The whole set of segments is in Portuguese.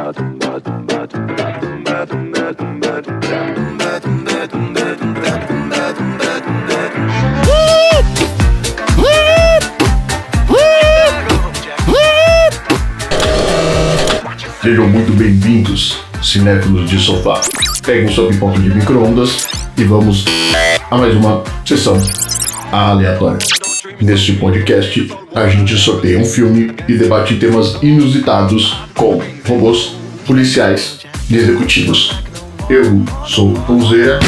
Sejam muito bem-vindos, cinéfilos de sofá. Peguem sua pipoca de micro-ondas e vamos a mais uma sessão aleatória. Neste podcast, a gente sorteia um filme e debate temas inusitados com robôs, policiais e executivos. Eu sou o Ponzeira.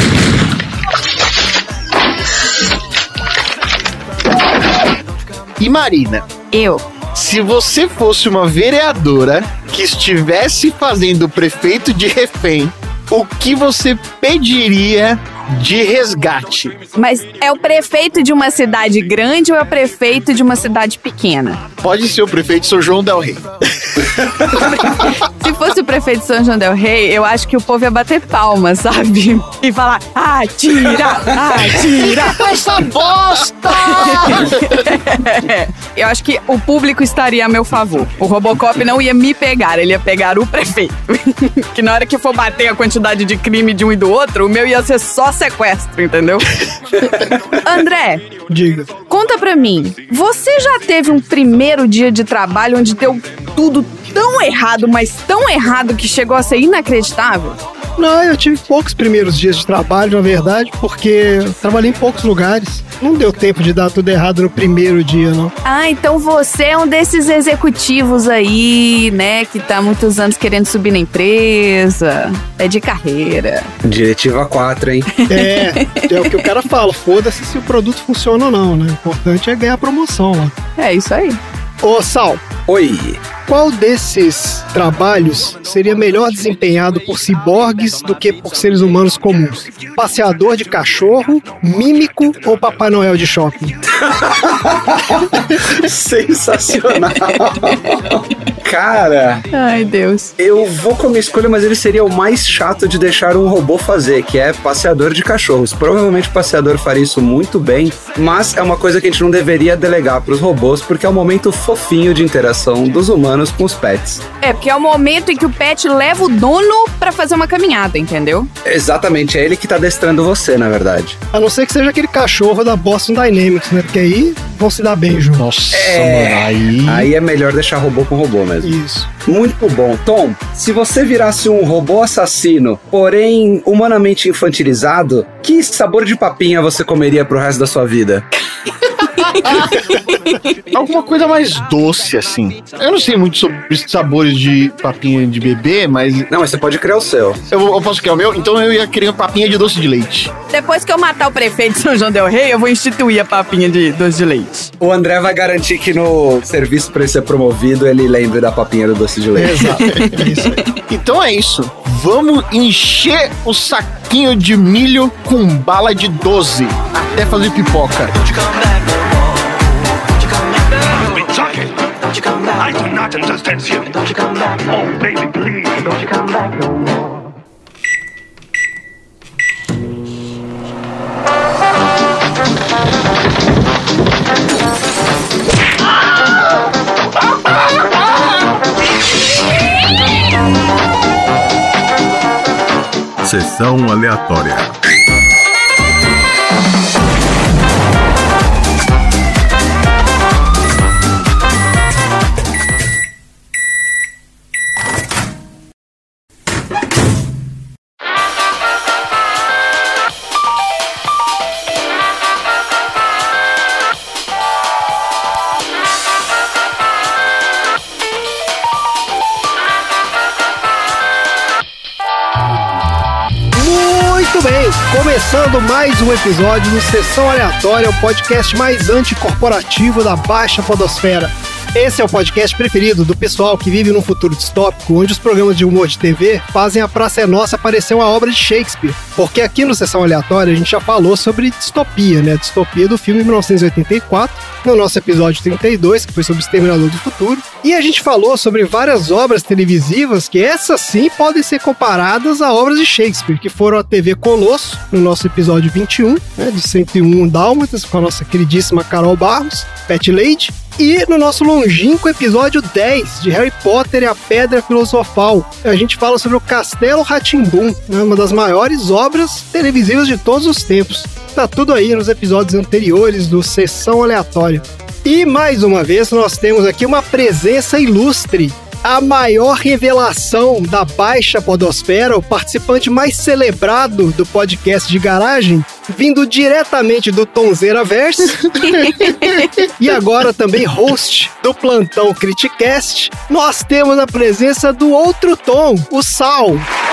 E Marina, se você fosse uma vereadora que estivesse fazendo o prefeito de refém, o que você pediria de resgate? Mas é o prefeito de uma cidade grande ou é o prefeito de uma cidade pequena? Pode ser o prefeito de São João del Rei. Se fosse o prefeito de São João del Rei, eu acho que o povo ia bater palmas, sabe? E falar, atira essa bosta! Eu acho que o público estaria a meu favor. O Robocop não ia me pegar, ele ia pegar o prefeito. Que na hora que for bater a quantidade de crime de um e do outro, o meu ia ser só sequestro, entendeu? André, diga. Conta pra mim, você já teve um primeiro dia de trabalho onde deu tudo tão errado, mas tão errado que chegou a ser inacreditável? Não, eu tive poucos primeiros dias de trabalho, na verdade, porque eu trabalhei em poucos lugares. Não deu tempo de dar tudo errado no primeiro dia, não. Ah, então você é um desses executivos aí, né, que tá há muitos anos querendo subir na empresa, é de carreira. Diretiva 4, hein? É o que o cara fala, foda-se se o produto funciona ou não, né? O importante é ganhar a promoção lá. É isso aí. Ô, Sal. Oi. Qual desses trabalhos seria melhor desempenhado por ciborgues do que por seres humanos comuns? Passeador de cachorro, mímico ou Papai Noel de shopping? Sensacional. Cara, ai Deus, eu vou com a minha escolha, mas ele seria o mais chato de deixar um robô fazer, que é passeador de cachorros. Provavelmente o passeador faria isso muito bem, mas é uma coisa que a gente não deveria delegar para os robôs, porque é um momento fofinho de interação dos humanos com os pets. É, porque é o momento em que o pet leva o dono pra fazer uma caminhada, entendeu? Exatamente, é ele que tá adestrando você, na verdade. A não ser que seja aquele cachorro da Boston Dynamics, né? Porque aí vão se dar beijo. Nossa, mano, aí é melhor deixar robô com robô mesmo. Isso. Muito bom. Tom, se você virasse um robô assassino, porém humanamente infantilizado, que sabor de papinha você comeria pro resto da sua vida? Alguma coisa mais doce, assim. Eu não sei muito sobre sabores de papinha de bebê, mas... Não, mas você pode criar o seu. Eu posso criar o meu? Então eu ia criar papinha de doce de leite. Depois que eu matar o prefeito de São João del Rei, eu vou instituir a papinha de doce de leite. O André vai garantir que no serviço pra ele ser promovido, ele lembre da papinha do doce de leite. Exato, é isso aí. Então é isso. Vamos encher o saquinho de milho com bala de 12 até fazer pipoca. I do not understand you. Oh, baby, please. Don't you come back no more. Sessão aleatória. Começando mais um episódio do Sessão Aleatória, o podcast mais anticorporativo da baixa podosfera. Esse é o podcast preferido do pessoal que vive num futuro distópico, onde os programas de humor de TV fazem a Praça é Nossa parecer uma obra de Shakespeare. Porque aqui no Sessão Aleatória a gente já falou sobre distopia, né? Distopia do filme 1984, no nosso episódio 32, que foi sobre o Exterminador do Futuro. E a gente falou sobre várias obras televisivas que essas sim podem ser comparadas a obras de Shakespeare, que foram a TV Colosso, no nosso episódio 21, né, de 101 Dálmatas, com a nossa queridíssima Carol Barros, Pet Lady, E no nosso longínquo episódio 10 de Harry Potter e a Pedra Filosofal, a gente fala sobre o Castelo Rá-Tim-Bum, né, uma das maiores obras televisivas de todos os tempos. Tá tudo aí nos episódios anteriores do Sessão Aleatória. E mais uma vez nós temos aqui uma presença ilustre, a maior revelação da Baixa Podosfera, o participante mais celebrado do podcast de garagem, vindo diretamente do Tonzeiraverse e agora também host do Plantão Criticast, nós temos a presença do outro Tom, o Sal.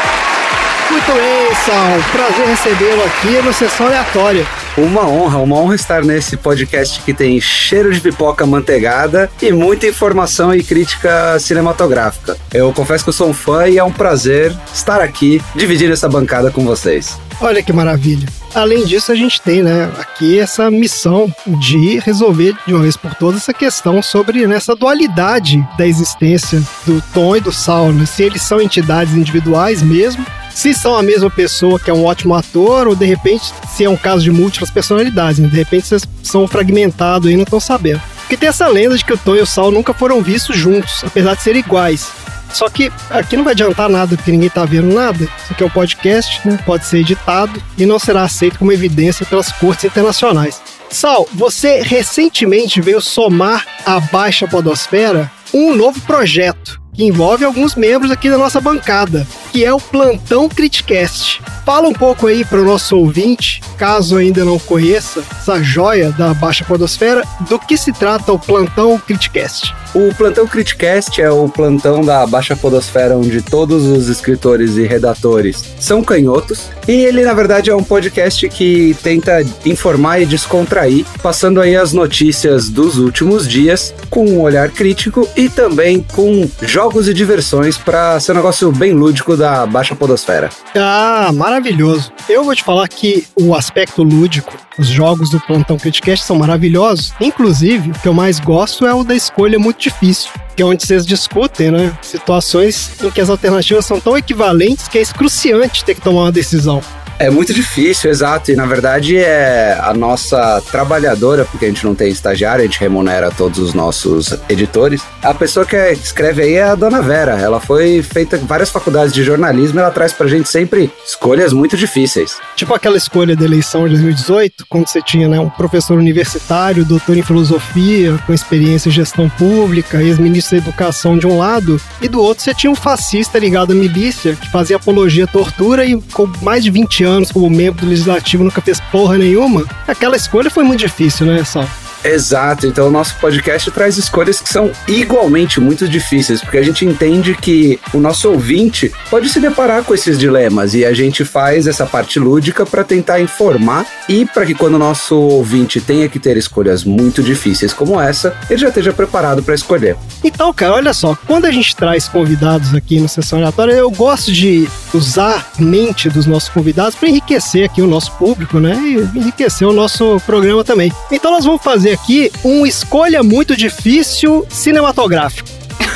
Muito bem, Sal. Prazer recebê-lo aqui no Sessão Aleatória. Uma honra estar nesse podcast que tem cheiro de pipoca manteigada e muita informação e crítica cinematográfica. Eu confesso que eu sou um fã e é um prazer estar aqui, dividindo essa bancada com vocês. Olha que maravilha. Além disso, a gente tem, né, aqui essa missão de resolver de uma vez por todas essa questão sobre essa dualidade da existência do Tom e do Sal, né? Se eles são entidades individuais mesmo, se são a mesma pessoa que é um ótimo ator, ou de repente, se é um caso de múltiplas personalidades, né? De repente vocês são fragmentados aí e não estão sabendo. Porque tem essa lenda de que o Tom e o Sal nunca foram vistos juntos, apesar de serem iguais. Só que aqui não vai adiantar nada, porque ninguém tá vendo nada. Isso aqui é um podcast, né? Pode ser editado e não será aceito como evidência pelas cortes internacionais. Sal, você recentemente veio somar à Baixa Podosfera um novo projeto que envolve alguns membros aqui da nossa bancada, que é o Plantão Criticast. Fala um pouco aí para o nosso ouvinte, caso ainda não conheça essa joia da Baixa Podosfera, do que se trata o Plantão Criticast. O Plantão Criticast é o plantão da Baixa Podosfera onde todos os escritores e redatores são canhotos, e ele na verdade é um podcast que tenta informar e descontrair, passando aí as notícias dos últimos dias com um olhar crítico e também com jogos e diversões para ser um negócio bem lúdico da Baixa Podosfera. Ah, maravilhoso. Eu vou te falar que o aspecto lúdico, os jogos do Plantão Criticast são maravilhosos. Inclusive, o que eu mais gosto é o da escolha muito difícil, que é onde vocês discutem, né, situações em que as alternativas são tão equivalentes que é excruciante ter que tomar uma decisão. É muito difícil, exato, e na verdade é a nossa trabalhadora, porque a gente não tem estagiário, a gente remunera todos os nossos editores. A pessoa que escreve aí é a Dona Vera, ela foi feita em várias faculdades de jornalismo e ela traz pra gente sempre escolhas muito difíceis. Tipo aquela escolha da eleição de 2018, quando você tinha, né, um professor universitário, doutor em filosofia, com experiência em gestão pública, ex-ministro da educação de um lado, e do outro você tinha um fascista ligado à milícia, que fazia apologia à tortura e com mais de 20 anos como membro do legislativo nunca fez porra nenhuma. Aquela escolha foi muito difícil, né, Sal? Exato, então o nosso podcast traz escolhas que são igualmente muito difíceis, porque a gente entende que o nosso ouvinte pode se deparar com esses dilemas e a gente faz essa parte lúdica para tentar informar e para que quando o nosso ouvinte tenha que ter escolhas muito difíceis como essa, ele já esteja preparado para escolher. Então, cara, olha só, quando a gente traz convidados aqui no Sessão Aleatória, eu gosto de usar a mente dos nossos convidados para enriquecer aqui o nosso público, né, e enriquecer o nosso programa também. Então nós vamos fazer aqui uma escolha muito difícil cinematográfica.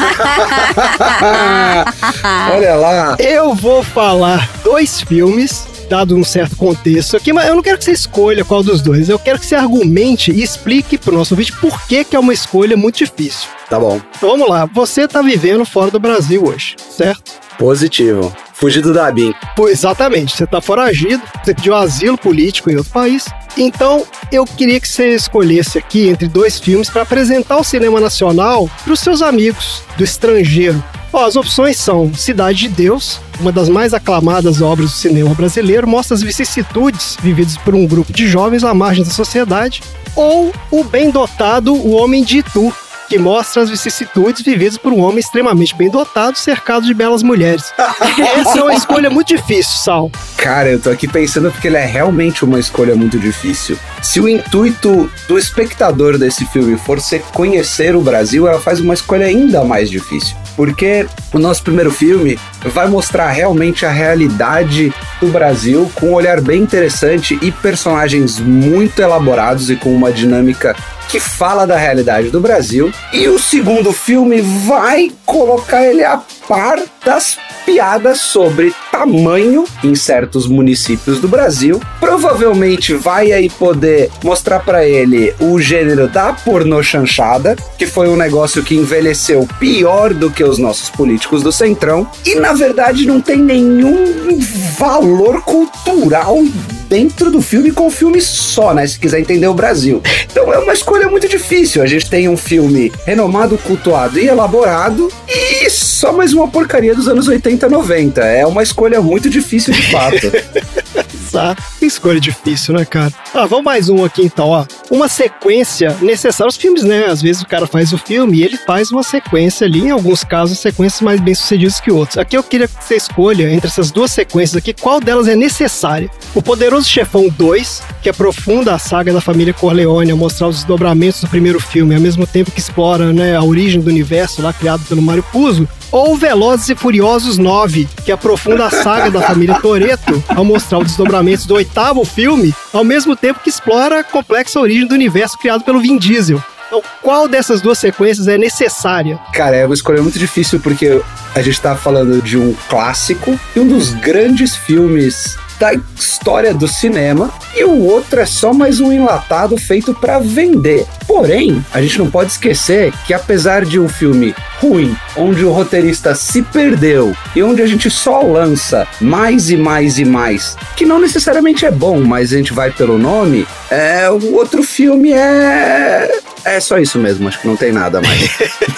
Olha lá! Eu vou falar 2 filmes, dado um certo contexto aqui, mas eu não quero que você escolha qual dos dois. Eu quero que você argumente e explique pro nosso ouvinte por que é uma escolha muito difícil. Tá bom. Então vamos lá. Você tá vivendo fora do Brasil hoje, certo? Positivo. Fugido da ABIN. Exatamente. Você tá foragido, você pediu asilo político em outro país. Então, eu queria que você escolhesse aqui entre 2 filmes para apresentar o cinema nacional para os seus amigos do estrangeiro. Ó, as opções são Cidade de Deus, uma das mais aclamadas obras do cinema brasileiro, mostra as vicissitudes vividas por um grupo de jovens à margem da sociedade, ou O Bem Dotado, O Homem de Itu, que mostra as vicissitudes vividas por um homem extremamente bem dotado, cercado de belas mulheres. Essa é uma escolha muito difícil, Sal. Cara, eu tô aqui pensando porque ele é realmente uma escolha muito difícil. Se o intuito do espectador desse filme for ser conhecer o Brasil, ela faz uma escolha ainda mais difícil. Porque o nosso primeiro filme vai mostrar realmente a realidade do Brasil com um olhar bem interessante e personagens muito elaborados e com uma dinâmica que fala da realidade do Brasil. E o segundo filme vai colocar ele a par das piadas sobre tamanho em certos municípios do Brasil. Provavelmente vai aí poder mostrar pra ele o gênero da pornochanchada, que foi um negócio que envelheceu pior do que os nossos políticos do Centrão, e na verdade não tem nenhum valor cultural dentro do filme com o filme só, né? Se quiser entender o Brasil. Então é uma escolha muito difícil. A gente tem um filme renomado, cultuado e elaborado e só mais uma porcaria dos anos 80 e 90. É uma escolha muito difícil de fato. Exato. Escolha difícil, né, cara? Vamos mais um aqui então, ó. Uma sequência necessária. Os filmes, né? Às vezes o cara faz o filme e ele faz uma sequência ali, em alguns casos, sequências mais bem sucedidas que outros. Aqui eu queria que você escolha, entre essas duas sequências aqui, qual delas é necessária. O Poderoso Chefão 2, que aprofunda a saga da família Corleone, a mostrar os desdobramentos do primeiro filme, ao mesmo tempo que explora, né, a origem do universo lá criado pelo Mário Puzo. Ou Velozes e Furiosos 9, que aprofunda a saga da família Toretto ao mostrar os desdobramentos do 8º filme, ao mesmo tempo que explora a complexa origem do universo criado pelo Vin Diesel. Então, qual dessas duas sequências é necessária? Cara, é uma escolha muito difícil porque a gente tá falando de um clássico e um dos grandes filmes da história do cinema, e o outro é só mais um enlatado feito pra vender. Porém, a gente não pode esquecer que apesar de um filme ruim, onde o roteirista se perdeu e onde a gente só lança mais e mais e mais, que não necessariamente é bom, mas a gente vai pelo nome, o outro filme é só isso mesmo, acho que não tem nada mais.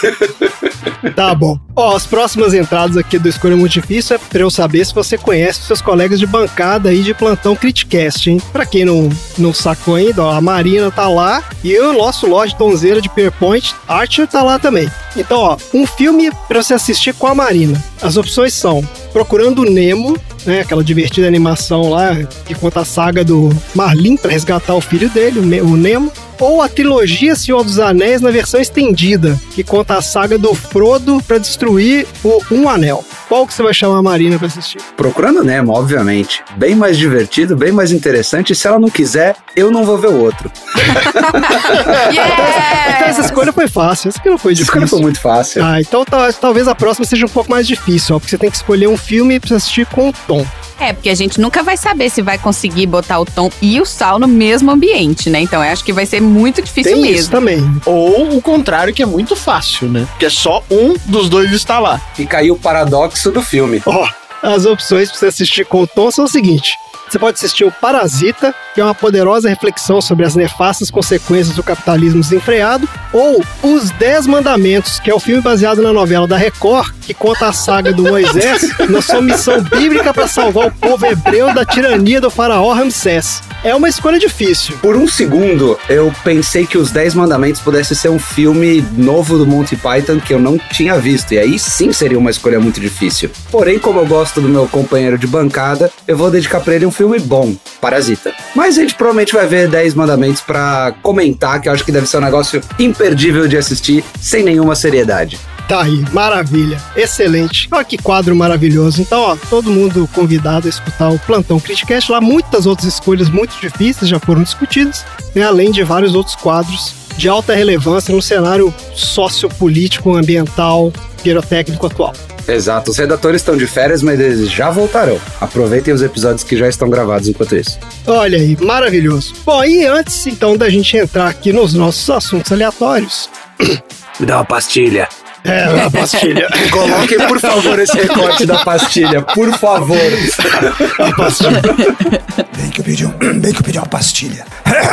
Tá bom. Ó, as próximas entradas aqui do Escolha Muito Difícil é pra eu saber se você conhece os seus colegas de bancada aí de plantão Criticast, hein? Pra quem não sacou ainda, ó, a Marina tá lá e o nosso Lorde Tonzeira de Pierpoint, Archer, tá lá também. Então, ó, um filme pra você assistir com a Marina. As opções são Procurando Nemo, né, aquela divertida animação lá que conta a saga do Marlin pra resgatar o filho dele, o Nemo. Ou a trilogia Senhor dos Anéis na versão estendida, que conta a saga do Frodo pra destruir um anel. Qual que você vai chamar a Marina pra assistir? Procurando Nemo, obviamente. Bem mais divertido, bem mais interessante. E se ela não quiser, eu não vou ver o outro. Então essa escolha foi fácil. Essa aqui não foi difícil. Essa escolha foi muito fácil. Então talvez a próxima seja um pouco mais difícil, ó, porque você tem que escolher um filme pra assistir com o Tom. Porque a gente nunca vai saber se vai conseguir botar o Tom e o Sal no mesmo ambiente, né? Então eu acho que vai ser muito difícil mesmo. Isso também. Ou o contrário, que é muito fácil, né? Porque é só um dos dois está lá. E caiu o paradoxo do filme. Ó, as opções pra você assistir com o Tom são o seguinte. Você pode assistir o Parasita, que é uma poderosa reflexão sobre as nefastas consequências do capitalismo desenfreado, ou Os 10 Mandamentos, que é o filme baseado na novela da Record, que conta a saga do Moisés na sua missão bíblica para salvar o povo hebreu da tirania do faraó Ramsés. É uma escolha difícil. Por um segundo, eu pensei que Os 10 Mandamentos pudesse ser um filme novo do Monty Python que eu não tinha visto, e aí sim seria uma escolha muito difícil. Porém, como eu gosto do meu companheiro de bancada, eu vou dedicar pra ele um filme bom, Parasita. Mas a gente provavelmente vai ver 10 Mandamentos pra comentar, que eu acho que deve ser um negócio imperdível de assistir, sem nenhuma seriedade. Tá aí, maravilha, excelente. Olha que quadro maravilhoso. Então, ó, todo mundo convidado a escutar o Plantão Criticast. Lá muitas outras escolhas muito difíceis já foram discutidas, né, além de vários outros quadros de alta relevância no cenário sociopolítico, ambiental, pirotécnico atual. Exato, os redatores estão de férias, mas eles já voltarão. Aproveitem os episódios que já estão gravados enquanto isso. Olha aí, maravilhoso. Bom, e antes então da gente entrar aqui nos nossos assuntos aleatórios... Me dá uma pastilha. A pastilha. Coloquem, por favor, esse recorte da pastilha, por favor. A pastilha. Bem que eu pedi uma pastilha.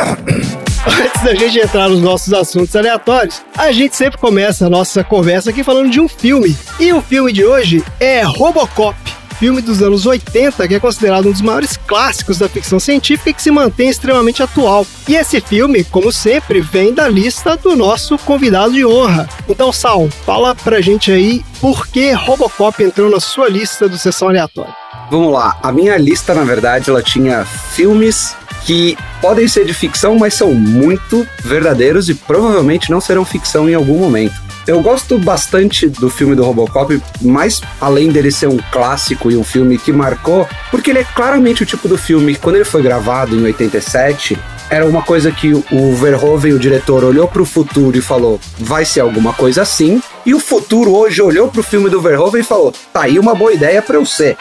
Antes da gente entrar nos nossos assuntos aleatórios, a gente sempre começa a nossa conversa aqui falando de um filme. E o filme de hoje é Robocop. Filme dos anos 80, que é considerado um dos maiores clássicos da ficção científica e que se mantém extremamente atual. E esse filme, como sempre, vem da lista do nosso convidado de honra. Então, Sal, fala pra gente aí por que Robocop entrou na sua lista do Sessão Aleatória. Vamos lá, a minha lista, na verdade, ela tinha filmes que podem ser de ficção, mas são muito verdadeiros e provavelmente não serão ficção em algum momento. Eu gosto bastante do filme do Robocop, mas além dele ser um clássico e um filme que marcou, porque ele é claramente o tipo do filme que, quando ele foi gravado em 87, era uma coisa que o Verhoeven, o diretor, olhou pro futuro e falou, vai ser alguma coisa assim. E o futuro hoje olhou pro filme do Verhoeven e falou, tá aí uma boa ideia pra eu ser.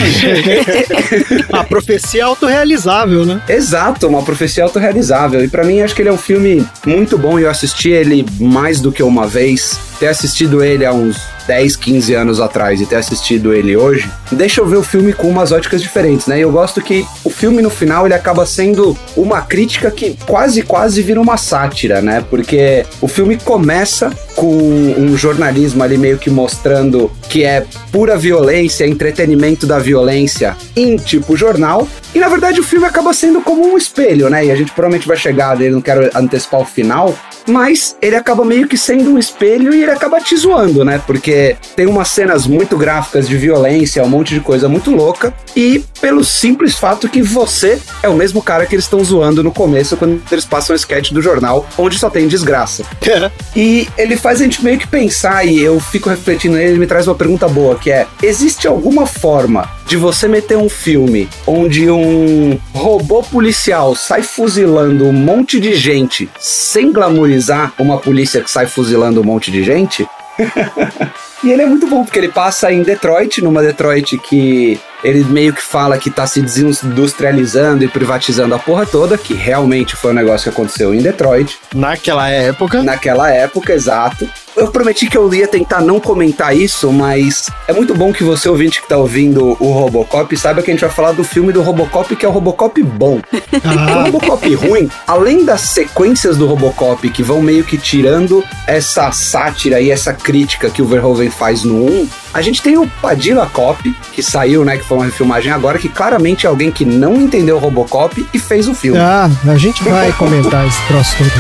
A profecia autorrealizável, né? Exato, uma profecia autorrealizável. E pra mim, acho que ele é um filme muito bom e eu assisti ele mais do que uma vez. Ter assistido ele há uns 10, 15 anos atrás e ter assistido ele hoje, deixa eu ver o filme com umas óticas diferentes, né? E eu gosto que o filme, no final, ele acaba sendo uma crítica que quase vira uma sátira, né? Porque o filme começa com um jornalismo ali meio que mostrando que é pura violência, entretenimento da violência em tipo jornal. E, na verdade, o filme acaba sendo como um espelho, né? E a gente provavelmente vai chegar nele, não quero antecipar o final, mas ele acaba meio que sendo um espelho e ele acaba te zoando, né? Porque tem umas cenas muito gráficas de violência, um monte de coisa muito louca, e pelo simples fato que você é o mesmo cara que eles estão zoando no começo, quando eles passam o sketch do jornal, onde só tem desgraça. E ele faz a gente meio que pensar, e eu fico refletindo nele, ele me traz uma pergunta boa, que é, existe alguma forma de você meter um filme onde um robô policial sai fuzilando um monte de gente sem glamourizar uma polícia que sai fuzilando um monte de gente? E ele é muito bom, porque ele passa em Detroit, numa Detroit que ele meio que fala que tá se desindustrializando e privatizando a porra toda, que realmente foi um negócio que aconteceu em Detroit. Naquela época. Naquela época, exato. Eu prometi que eu ia tentar não comentar isso, mas é muito bom que você, ouvinte que tá ouvindo o Robocop, saiba que a gente vai falar do filme do Robocop, que é o Robocop bom. O Robocop ruim, além das sequências do Robocop, que vão meio que tirando essa sátira e essa crítica que o Verhoeven faz no 1, a gente tem o Padilla Cop, que saiu, né, que foi uma refilmagem agora, que claramente é alguém que não entendeu o Robocop e fez o filme. Ah, a gente vai comentar esse troço todo.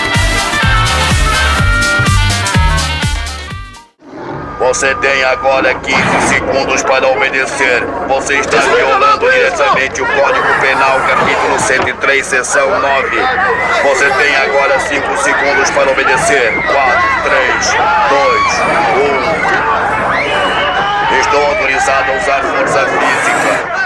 Você tem agora 15 segundos para obedecer. Você está violando diretamente o Código Penal, capítulo 103, seção 9. Você tem agora 5 segundos para obedecer. 4, 3, 2, 1. Estou autorizado a usar força física.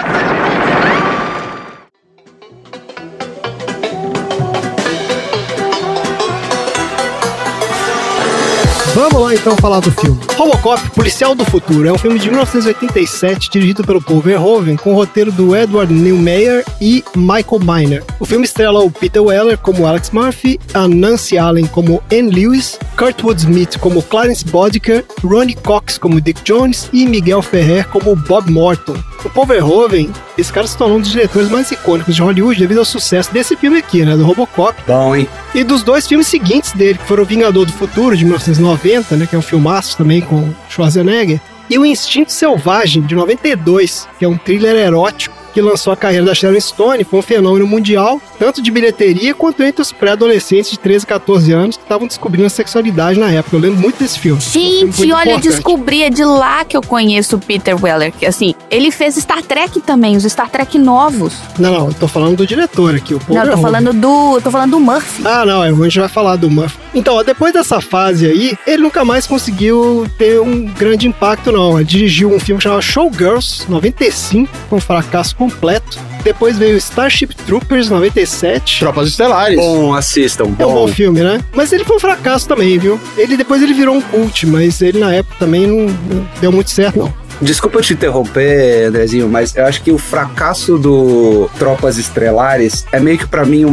Vamos lá então falar do filme. Robocop, Policial do Futuro, é um filme de 1987 dirigido pelo Paul Verhoeven com o roteiro do Edward Neumeier e Michael Miner. O filme estrela o Peter Weller como Alex Murphy, a Nancy Allen como Anne Lewis, Kurtwood Smith como Clarence Bodiker, Ronnie Cox como Dick Jones e Miguel Ferrer como Bob Morton. O Paul Verhoeven, esse cara se tornou um dos diretores mais icônicos de Hollywood devido ao sucesso desse filme aqui, né, do Robocop. Bom, hein? E dos dois filmes seguintes dele, que foram o Vingador do Futuro, de 1990, né, que é um filmaço também com Schwarzenegger, e o Instinto Selvagem, de 92, que é um thriller erótico que lançou a carreira da Sharon Stone, foi um fenômeno mundial, tanto de bilheteria quanto entre os pré-adolescentes de 13 e 14 anos que estavam descobrindo a sexualidade na época. Eu lembro muito desse filme. Gente, olha, eu descobri, é de lá que eu conheço o Peter Weller, que assim, ele fez Star Trek também, os Star Trek novos. Não, eu tô falando do diretor aqui, o Paul Não, eu tô falando do Murphy. Ah, não, a gente vai falar do Murphy. Então, ó, depois dessa fase aí, ele nunca mais conseguiu ter um grande impacto, não. Ele dirigiu um filme chamado Showgirls, 95, com um fracasso completo. Depois veio Starship Troopers, 97. Tropas Estelares. Bom, assistam. É um bom filme, né? Mas ele foi um fracasso também, viu? Depois ele virou um cult, mas ele na época também não deu muito certo, não. Desculpa te interromper, Andrezinho, mas eu acho que o fracasso do Tropas Estelares é meio que pra mim a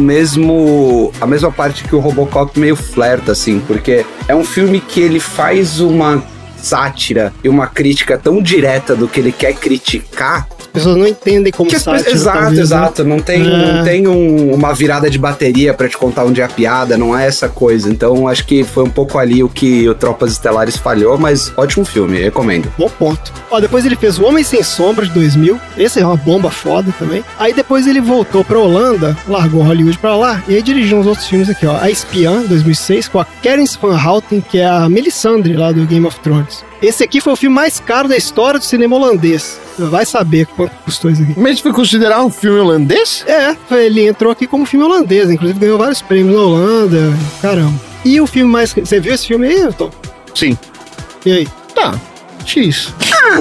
mesma parte que o Robocop meio flerta, assim, porque é um filme que ele faz uma sátira e uma crítica tão direta do que ele quer criticar. As pessoas não entendem como sátira. Exato. Não tem uma virada de bateria pra te contar onde é a piada, não é essa coisa. Então acho que foi um pouco ali o que o Tropas Estelares falhou, mas ótimo filme, recomendo. Bom ponto. Ó, depois ele fez O Homem Sem Sombra, de 2000. Esse é uma bomba foda também. Aí depois ele voltou pra Holanda, largou Hollywood pra lá, e aí dirigiu uns outros filmes aqui, ó. A Espiã, 2006, com a Karen Van Houten, que é a Melisandre lá do Game of Thrones. Esse aqui foi o filme mais caro da história do cinema holandês. Vai saber quanto custou isso aqui. Mas foi considerado um filme holandês? É, ele entrou aqui como filme holandês. Inclusive ganhou vários prêmios na Holanda. Caramba. E o filme mais... Você viu esse filme aí, Tom? Sim. E aí? Tá. X.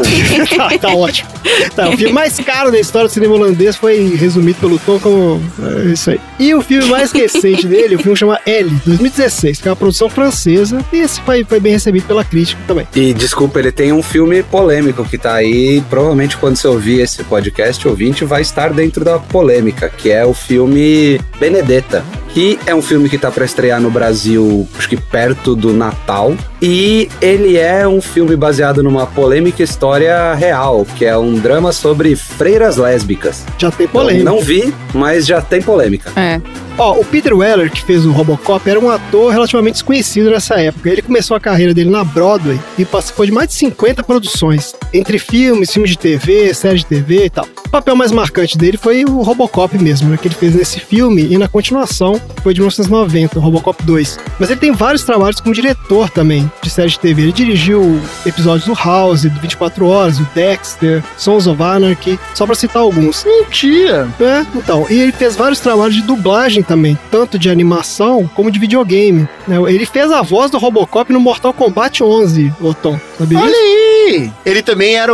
Tá ótimo. Tá, o filme mais caro da história do cinema holandês foi resumido pelo Tom como isso aí. E o filme mais recente dele, o filme chama Elle, 2016, que é uma produção francesa, e esse foi bem recebido pela crítica também. E, desculpa, ele tem um filme polêmico que tá aí, provavelmente quando você ouvir esse podcast, ouvinte, vai estar dentro da polêmica, que é o filme Benedetta, que é um filme que tá pra estrear no Brasil, acho que perto do Natal, e ele é um filme baseado numa polêmica história real, que é um drama sobre freiras lésbicas. Já tem polêmica. Eu não vi, mas já tem polêmica. Ó, o Peter Weller, que fez o Robocop, era um ator relativamente desconhecido nessa época. Ele começou a carreira dele na Broadway e participou de mais de 50 produções, entre filmes de TV, séries de TV e tal. O papel mais marcante dele foi o Robocop mesmo, né, que ele fez nesse filme e na continuação, que foi de 1990, o Robocop 2. Mas ele tem vários trabalhos como diretor também de séries de TV. Ele dirigiu episódios do House, do 24 Horas, do Dexter, Sons of Anarchy, só pra citar alguns. Mentira! Então, e ele fez vários trabalhos de dublagem também, tanto de animação como de videogame. Ele fez a voz do Robocop no Mortal Kombat 11, ô Tom, sabia Olha isso? aí! Ele também era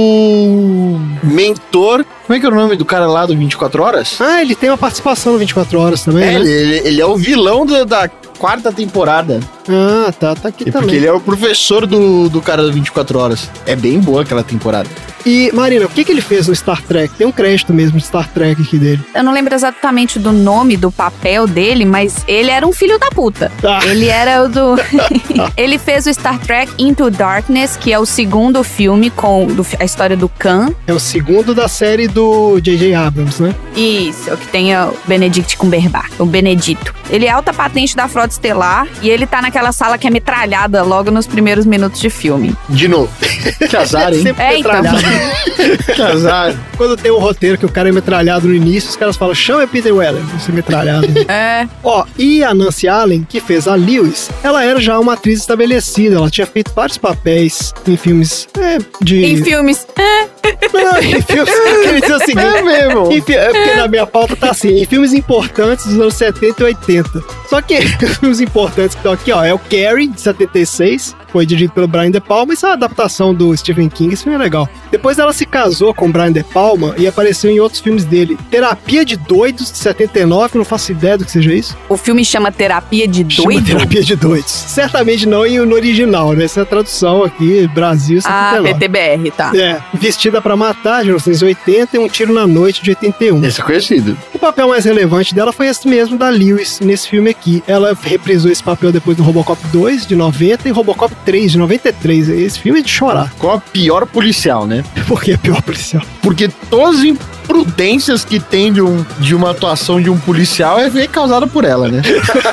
o mentor. Como é que é o nome do cara lá do 24 Horas? Ah, ele tem uma participação no 24 Horas também, né? Ele é o vilão da quarta temporada. Ah, tá aqui também. Porque ele é o professor do cara do 24 Horas. É bem boa aquela temporada. E, Marina, o que ele fez no Star Trek? Tem um crédito mesmo de Star Trek aqui dele. Eu não lembro exatamente do nome do papel dele, mas ele era um filho da puta. Ele era o do... Ele fez o Star Trek Into Darkness, que é o segundo filme com a história do Khan. É o segundo da série do J.J. Abrams, né? Isso, é o que tem o Benedict Cumberbatch, o Benedito. Ele é alta patente da Frota Estelar e ele tá naquela sala que é metralhada logo nos primeiros minutos de filme. De novo. Que azar, hein? Sempre metralhado. Que azar. Quando tem um roteiro que o cara é metralhado no início, os caras falam, chama Peter Weller, você é metralhado. Ó, e a Nancy Allen, que fez a Lewis, ela era já uma atriz estabelecida, ela tinha feito vários papéis em filmes Em filmes. Não, em filmes... Quer dizer o seguinte, É mesmo. Porque na minha pauta tá assim, em filmes importantes dos anos 70 e 80. Só que os filmes importantes que estão aqui, ó, é o Carrie, de 76, foi dirigido pelo Brian De Palma, isso é uma adaptação do Stephen King, esse filme é legal. Depois ela se casou com o Brian De Palma e apareceu em outros filmes dele. Terapia de Doidos, de 79, não faço ideia do que seja isso. O filme chama Terapia de Chama Doido? Terapia de Doidos. Certamente não no original, né? Essa é a tradução aqui, Brasil, 79. PTBR, tá. Vestida pra Matar, de 1980, e Um Tiro na Noite, de 81. Esse é conhecido. O papel mais relevante dela foi esse mesmo da Lewis, nesse filme aqui. Ela reprisou esse papel depois do Robocop 2, de 90, e Robocop 3, de 93. Esse filme é de chorar. Com a pior policial, né? Por que é pior policial? Porque todas as imprudências que tem de uma atuação de um policial é causada por ela, né?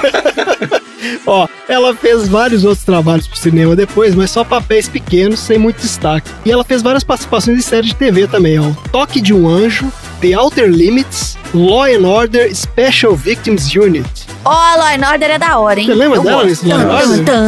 Ó, ela fez vários outros trabalhos pro cinema depois, mas só papéis pequenos, sem muito destaque. E ela fez várias participações em séries de TV também, ó. Toque de um Anjo, The Outer Limits, Law and Order Special Victims Unit. Ó, a Law and Order é da hora, hein? Você lembra Eu dela gosto. nesse Law and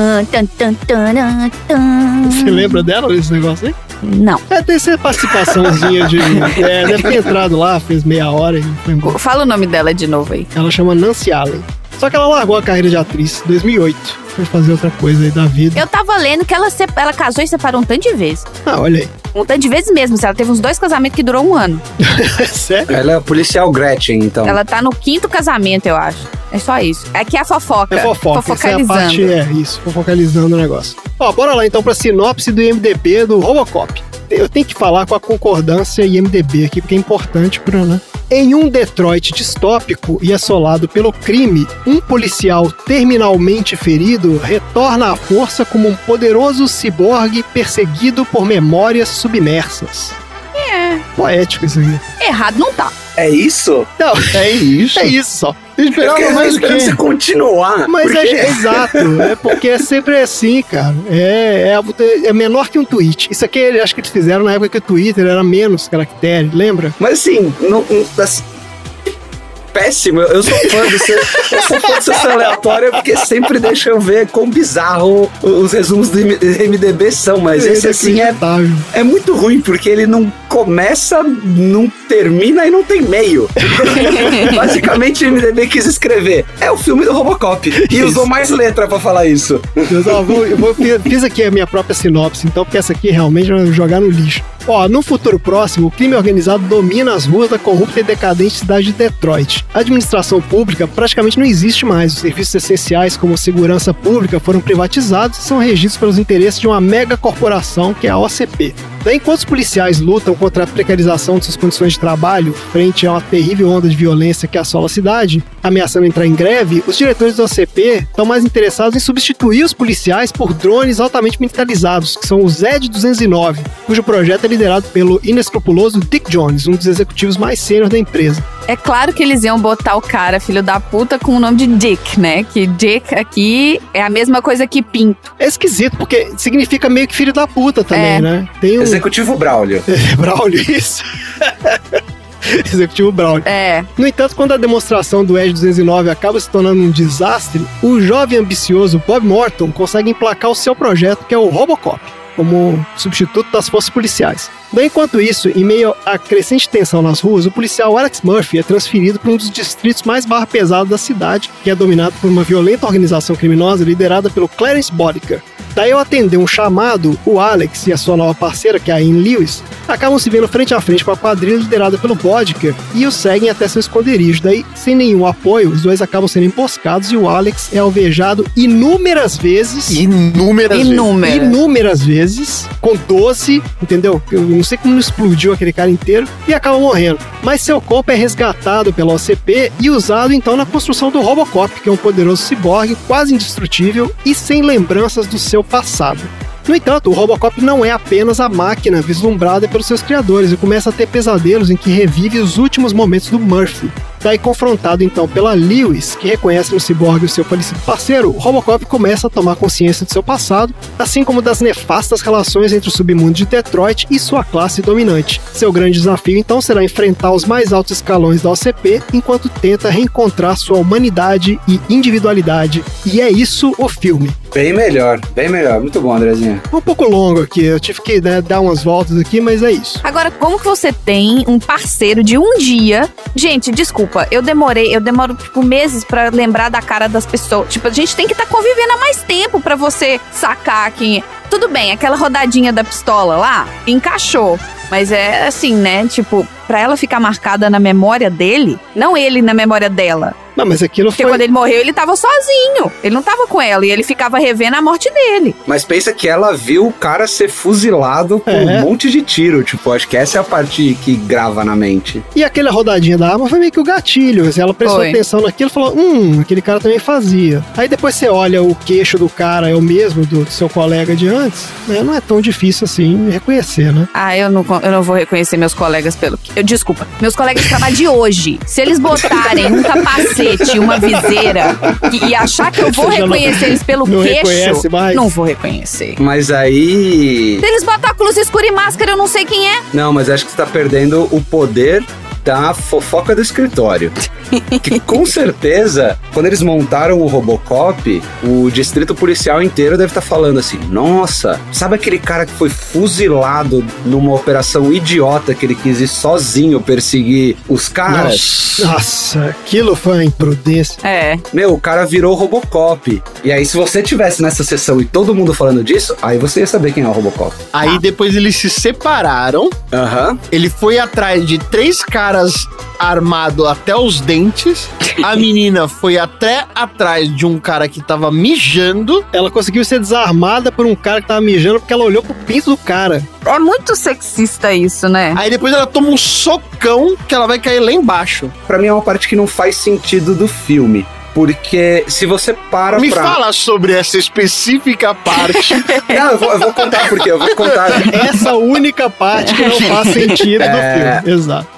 Order? Você lembra dela nesse negócio aí? Não. Tem essa participaçãozinha de... deve ter entrado lá, fez meia hora e foi embora. Fala o nome dela de novo aí. Ela chama Nancy Allen. Só que ela largou a carreira de atriz em 2008. Foi fazer outra coisa aí da vida. Eu tava lendo que ela casou e separou um tanto de vezes. Ah, olha aí. Um tanto de vezes mesmo. Ela teve uns 2 casamentos que durou 1 ano. Sério? Ela é a policial Gretchen, então. Ela tá no 5º casamento, eu acho. É só isso. Aqui é a fofoca. É fofoca. Essa é a parte, isso, focalizando o negócio. Ó, bora lá então pra sinopse do IMDB do Robocop. Eu tenho que falar com a concordância IMDB aqui, porque é importante pra, né? Em um Detroit distópico e assolado pelo crime, um policial terminalmente ferido retorna à força como um poderoso ciborgue perseguido por memórias submersas. Poético isso aqui. Errado não tá. É isso? Não, É isso. é isso só. Eu esperava mais o quê? você continuar. Mas porque... exato, é porque é sempre assim, cara. É menor que um tweet. Isso aqui, acho que eles fizeram na época que o Twitter era menos caractere, lembra? Mas assim, péssimo. Eu sou fã do seu aleatório porque sempre deixa eu ver quão bizarro os resumos do MDB são, mas esse assim é muito ruim, porque ele não começa, não termina e não tem meio. Basicamente, o MDB quis escrever. É o filme do Robocop. E usou mais letra pra falar isso. Fiz aqui a minha própria sinopse, então, porque essa aqui realmente vai jogar no lixo. Ó, no futuro próximo, o crime organizado domina as ruas da corrupta e decadente cidade de Detroit. A administração pública praticamente não existe mais. Os serviços essenciais, como segurança pública, foram privatizados e são regidos pelos interesses de uma mega corporação, que é a OCP. Daí, enquanto os policiais lutam contra a precarização de suas condições de trabalho, frente a uma terrível onda de violência que assola a cidade, ameaçando entrar em greve, os diretores da OCP estão mais interessados em substituir os policiais por drones altamente militarizados, que são o ZED-209, cujo projeto é liderado pelo inescrupuloso Dick Jones, um dos executivos mais sênior da empresa. É claro que eles iam botar o cara, filho da puta, com o nome de Dick, né? Que Dick aqui é a mesma coisa que Pinto. É esquisito, porque significa meio que filho da puta também, né? Tem Executivo Braulio. Braulio, isso. Executivo Braulio. No entanto, quando a demonstração do Edge 209 acaba se tornando um desastre, o jovem ambicioso Bob Morton consegue emplacar o seu projeto, que é o Robocop, como substituto das forças policiais. Daí, enquanto isso, em meio à crescente tensão nas ruas, o policial Alex Murphy é transferido para um dos distritos mais barra pesado da cidade, que é dominado por uma violenta organização criminosa liderada pelo Clarence Boddicker. Daí, ao atender um chamado, o Alex e a sua nova parceira, que é a Ian Lewis, acabam se vendo frente a frente com a quadrilha liderada pelo Boddicker e o seguem até seu esconderijo. Daí, sem nenhum apoio, os dois acabam sendo emboscados e o Alex é alvejado inúmeras vezes. Inúmeras vezes, com 12, entendeu? Eu não sei como não explodiu aquele cara inteiro, e acaba morrendo. Mas seu corpo é resgatado pela OCP e usado então na construção do Robocop, que é um poderoso ciborgue quase indestrutível e sem lembranças do seu passado. No entanto, o Robocop não é apenas a máquina vislumbrada pelos seus criadores e começa a ter pesadelos em que revive os últimos momentos do Murphy. Daí, confrontado então pela Lewis, que reconhece no ciborgue o seu falecido parceiro, o Robocop começa a tomar consciência de seu passado, assim como das nefastas relações entre o submundo de Detroit e sua classe dominante. Seu grande desafio então será enfrentar os mais altos escalões da OCP, enquanto tenta reencontrar sua humanidade e individualidade. E é isso o filme. Bem melhor. Muito bom, Andrezinho. Um pouco longo aqui, eu tive que dar umas voltas aqui, mas é isso. Agora, como que você tem um parceiro de um dia... Gente, desculpa, eu demoro tipo meses pra lembrar da cara das pessoas. Tipo, a gente tem que estar convivendo há mais tempo pra você sacar quem é. Tudo bem, aquela rodadinha da pistola lá, encaixou. Mas é assim, né? Tipo, pra ela ficar marcada na memória dele, não ele na memória dela. Não, mas aquilo Porque quando ele morreu, ele tava sozinho. Ele não tava com ela e ele ficava revendo a morte dele. Mas pensa que ela viu o cara ser fuzilado com um monte de tiro. Tipo, acho que essa é a parte que grava na mente. E aquela rodadinha da arma foi meio que o gatilho. Ela prestou atenção naquilo e falou, aquele cara também fazia. Aí depois você olha o queixo do cara, é o mesmo do seu colega de antes, né? Não é tão difícil assim reconhecer, né? Eu não vou reconhecer meus colegas pelo... Desculpa, meus colegas de trabalho de hoje. Se eles botarem um capacete, uma viseira e achar que eu vou reconhecer eles pelo queixo, não vou reconhecer. Mas aí... Se eles botam óculos escuros e máscara, eu não sei quem é. Não, mas acho que você tá perdendo o poder da fofoca do escritório. Que com certeza, quando eles montaram o Robocop, o distrito policial inteiro deve estar falando assim, nossa, sabe aquele cara que foi fuzilado numa operação idiota que ele quis ir sozinho perseguir os caras? Nossa, aquilo foi uma imprudência. Meu, o cara virou Robocop. E aí, se você tivesse nessa sessão e todo mundo falando disso, aí você ia saber quem é o Robocop. Aí depois eles se separaram. Ele foi atrás de 3 caras armado até os dentes. A menina foi até atrás de um cara que tava mijando. Ela conseguiu ser desarmada por um cara que tava mijando porque ela olhou pro pinto do cara. É muito sexista isso, né? Aí depois ela toma um socão que ela vai cair lá embaixo. Pra mim é uma parte que não faz sentido do filme. Porque se você para Me fala sobre essa específica parte. Não, eu vou contar porque eu vou contar. Essa única parte que não faz sentido do filme. Exato.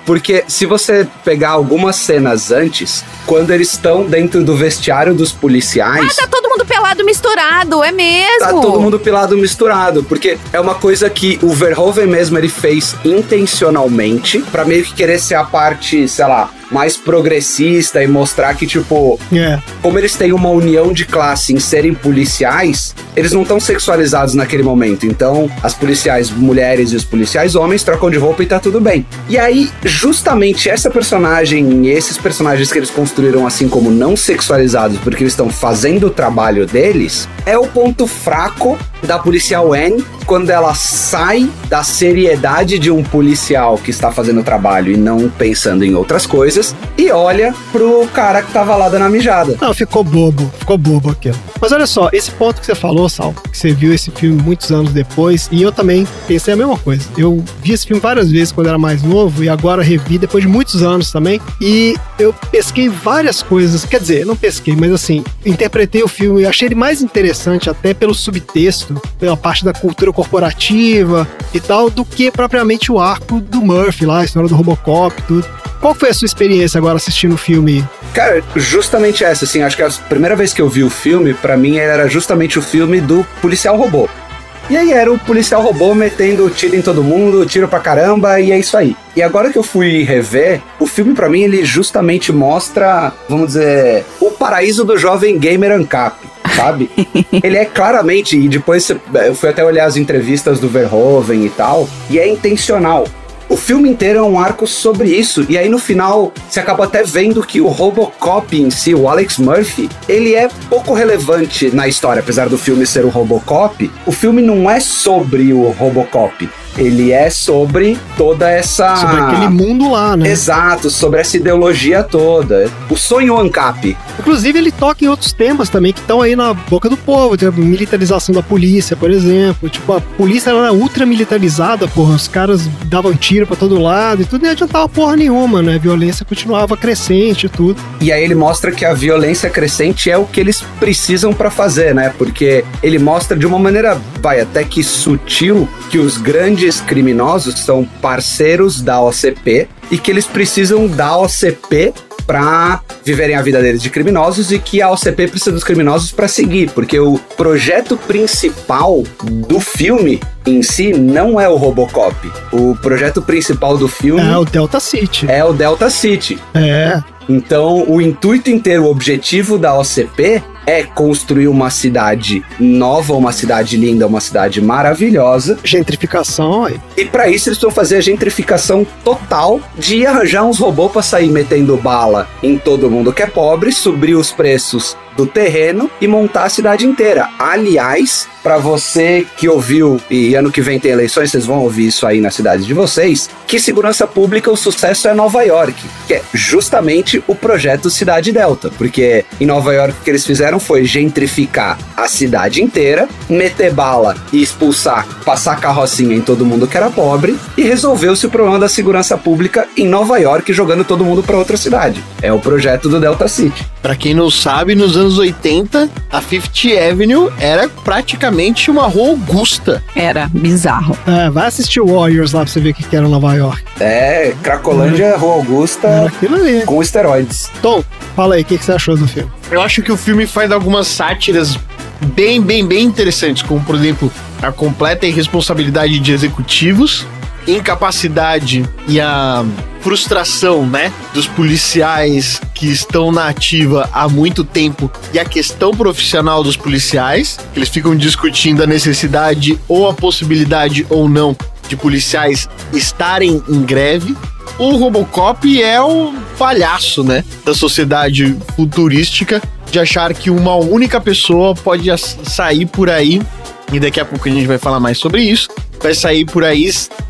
Porque se você pegar algumas cenas antes, quando eles estão dentro do vestiário dos policiais... tá todo mundo pelado misturado, é mesmo? Tá todo mundo pelado misturado, porque é uma coisa que o Verhoeven mesmo, ele fez intencionalmente, pra meio que querer ser a parte, sei lá, mais progressista e mostrar que, tipo, como eles têm uma união de classe em serem policiais, eles não estão sexualizados naquele momento. Então, as policiais mulheres e os policiais homens trocam de roupa e tá tudo bem. E aí, justamente essa personagem e esses personagens que eles construíram assim como não sexualizados, porque eles estão fazendo o trabalho deles, é o ponto fraco da policial Anne, quando ela sai da seriedade de um policial que está fazendo o trabalho e não pensando em outras coisas, e olha pro cara que tava lá dando a mijada. Não, ficou bobo aquilo. Mas olha só, esse ponto que você falou, Sal, que você viu esse filme muitos anos depois, e eu também pensei a mesma coisa. Eu vi esse filme várias vezes quando era mais novo, e agora revi depois de muitos anos também, e eu pesquei várias coisas, quer dizer, não pesquei, mas assim, interpretei o filme e achei ele mais interessante até pelo subtexto, pela parte da cultura corporativa e tal, do que propriamente o arco do Murphy lá, a história do Robocop e tudo. Qual foi a sua experiência agora assistindo o filme? Cara, justamente essa, assim, acho que a primeira vez que eu vi o filme, pra mim era justamente o filme do policial robô. E aí era o policial robô metendo tiro em todo mundo, tiro pra caramba, e é isso aí. E agora que eu fui rever, o filme pra mim, ele justamente mostra, vamos dizer, o paraíso do jovem gamer ANCAP, sabe? Ele é claramente, e depois eu fui até olhar as entrevistas do Verhoeven e tal, e é intencional. O filme inteiro é um arco sobre isso, e aí no final você acaba até vendo que o Robocop em si, o Alex Murphy, ele é pouco relevante na história, apesar do filme ser o Robocop. O filme não é sobre o Robocop. Ele é sobre toda essa... Sobre aquele mundo lá, né? Exato, sobre essa ideologia toda. O sonho ANCAP. Inclusive, ele toca em outros temas também que estão aí na boca do povo. Tipo, militarização da polícia, por exemplo. Tipo, a polícia era ultra militarizada, porra. Os caras davam tiro pra todo lado e tudo. Nem adiantava porra nenhuma, né? A violência continuava crescente e tudo. E aí ele mostra que a violência crescente é o que eles precisam pra fazer, né? Porque ele mostra de uma maneira, até que sutil, que os grandes criminosos são parceiros da OCP e que eles precisam da OCP para viverem a vida deles de criminosos e que a OCP precisa dos criminosos para seguir, porque o projeto principal do filme em si não é o Robocop. O projeto principal do filme é o Delta City. É o Delta City. É. Então, o intuito inteiro, o objetivo da OCP é construir uma cidade nova, uma cidade linda, uma cidade maravilhosa. Gentrificação, aí. E pra isso eles precisam fazer a gentrificação total de arranjar uns robôs pra sair metendo bala em todo mundo que é pobre, subir os preços do terreno e montar a cidade inteira. Aliás, pra você que ouviu, e ano que vem tem eleições, vocês vão ouvir isso aí na cidade de vocês, que segurança pública, o sucesso é Nova York, que é justamente o projeto Cidade Delta, porque em Nova York o que eles fizeram foi gentrificar a cidade inteira, meter bala e expulsar, passar carrocinha em todo mundo que era pobre, e resolveu-se o problema da segurança pública em Nova York, jogando todo mundo pra outra cidade. É o projeto do Delta City. Pra quem não sabe, nos anos 80, a Fifth Avenue era praticamente uma rua Augusta. Era bizarro. É, vai assistir Warriors lá pra você ver o que era Nova York. É, Cracolândia, Rua Augusta, era aquilo ali. Com esteroides. Tom, fala aí, o que você achou do filme? Eu acho que o filme faz algumas sátiras bem interessantes, como, por exemplo, a completa irresponsabilidade de executivos, incapacidade e a frustração, né, dos policiais que estão na ativa há muito tempo e a questão profissional dos policiais, que eles ficam discutindo a necessidade ou a possibilidade ou não de policiais estarem em greve. O Robocop é o palhaço, né, da sociedade futurística, de achar que uma única pessoa pode sair por aí, e daqui a pouco a gente vai falar mais sobre isso, vai sair por aí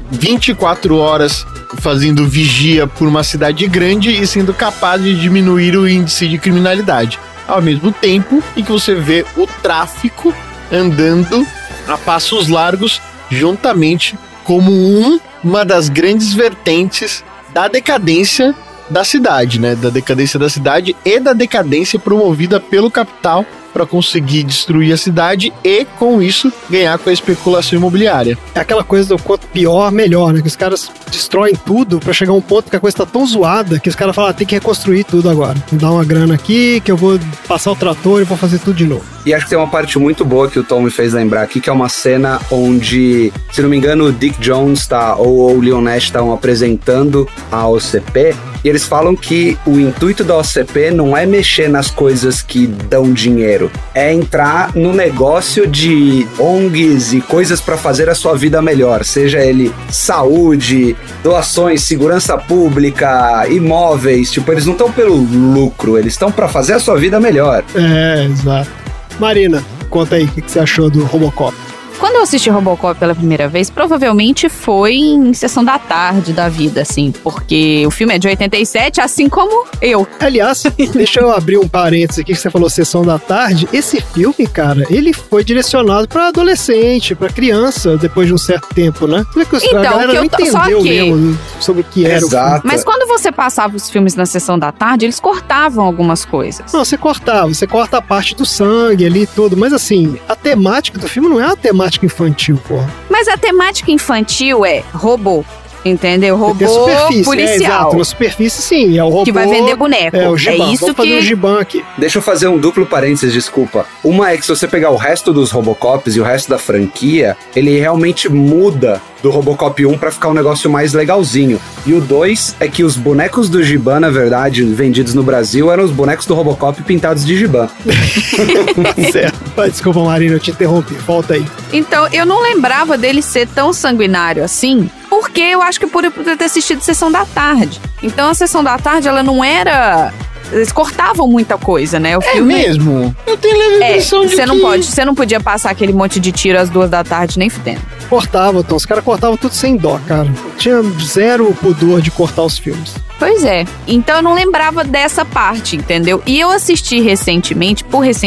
24 horas fazendo vigia por uma cidade grande e sendo capaz de diminuir o índice de criminalidade. Ao mesmo tempo em que você vê o tráfico andando a passos largos, juntamente como uma das grandes vertentes da decadência da cidade, né? Da decadência da cidade e da decadência promovida pelo capital pra conseguir destruir a cidade e, com isso, ganhar com a especulação imobiliária. É aquela coisa do quanto pior, melhor, né? Que os caras destroem tudo pra chegar a um ponto que a coisa tá tão zoada que os caras falam, tem que reconstruir tudo agora. Me dá uma grana aqui que eu vou passar o trator e vou fazer tudo de novo. E acho que tem uma parte muito boa que o Tom me fez lembrar aqui, que é uma cena onde, se não me engano, o Dick Jones ou o Leon Nash estão apresentando a OCP, e eles falam que o intuito da OCP não é mexer nas coisas que dão dinheiro, é entrar no negócio de ONGs e coisas para fazer a sua vida melhor, seja ele saúde, doações, segurança pública, imóveis, tipo, eles não estão pelo lucro, eles estão para fazer a sua vida melhor. É, exato. Marina, conta aí o que você achou do Robocop. Quando eu assisti Robocop pela primeira vez, provavelmente foi em sessão da tarde da vida, assim, porque o filme é de 87, assim como eu. Aliás, deixa eu abrir um parênteses aqui, que você falou sessão da tarde. Esse filme, cara, ele foi direcionado pra adolescente, pra criança, depois de um certo tempo, né? Então, a galera não entendeu mesmo sobre o que era o filme. Mas quando você passava os filmes na sessão da tarde, eles cortavam algumas coisas. Não, você corta a parte do sangue ali e tudo, mas assim, a temática do filme não é uma temática infantil, porra. Mas a temática infantil é robô. Entendeu? Robô policial. Exato, na superfície sim, é o robô que vai vender boneco. É o Giban. É isso. Vamos fazer o Giban aqui. Deixa eu fazer um duplo parênteses, desculpa. Uma é que se você pegar o resto dos Robocops e o resto da franquia, ele realmente muda do Robocop 1 pra ficar um negócio mais legalzinho. E o 2 é que os bonecos do Giban, na verdade, vendidos no Brasil, eram os bonecos do Robocop pintados de Giban. Certo. Desculpa, Marina, eu te interrompi. Volta aí. Então, eu não lembrava dele ser tão sanguinário assim, porque eu acho que por eu ter assistido Sessão da Tarde. Então, a Sessão da Tarde, ela não era... Eles cortavam muita coisa, né? O filme mesmo? Eu tenho leve impressão de que... Você não podia passar aquele monte de tiro às 2 da tarde, nem fudendo. Cortava, Tom. Os caras cortavam tudo sem dó, cara. Tinha zero pudor de cortar os filmes. Pois é. Então eu não lembrava dessa parte, entendeu? E eu assisti recentemente,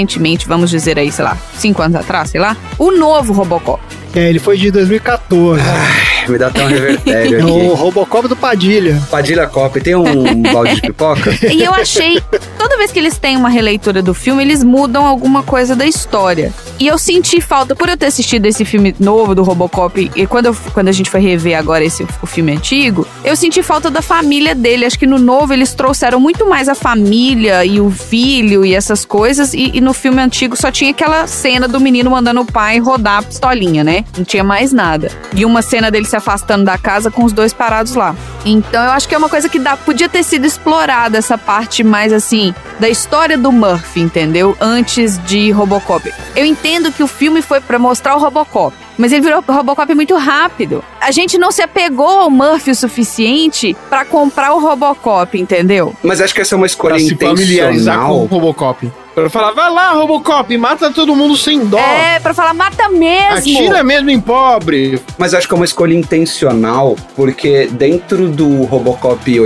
vamos dizer aí, sei lá, 5 anos atrás, sei lá, o novo Robocop. Ele foi de 2014. Me dá até um revertério aqui. O Robocop do Padilha. Padilha Cop. Tem um balde de pipoca? E eu achei, toda vez que eles têm uma releitura do filme, eles mudam alguma coisa da história. E eu senti falta, por eu ter assistido esse filme novo do Robocop, e quando a gente foi rever agora o filme antigo, eu senti falta da família dele. Acho que no novo eles trouxeram muito mais a família e o filho e essas coisas, e no filme antigo só tinha aquela cena do menino mandando o pai rodar a pistolinha, né? Não tinha mais nada. E uma cena dele se afastando da casa com os dois parados lá. Então eu acho que é uma coisa que podia ter sido explorada, essa parte mais assim, da história do Murphy, entendeu? Antes de Robocop. Eu entendo que o filme foi pra mostrar o Robocop, mas ele virou Robocop muito rápido. A gente não se apegou ao Murphy o suficiente pra comprar o Robocop, entendeu? Mas acho que essa é uma escolha pra intencional. Se familiarizar com o Robocop. Pra falar, vai lá, Robocop, mata todo mundo sem dó. É, pra falar, mata mesmo. Atira mesmo em pobre. Mas acho que é uma escolha intencional, porque dentro do Robocop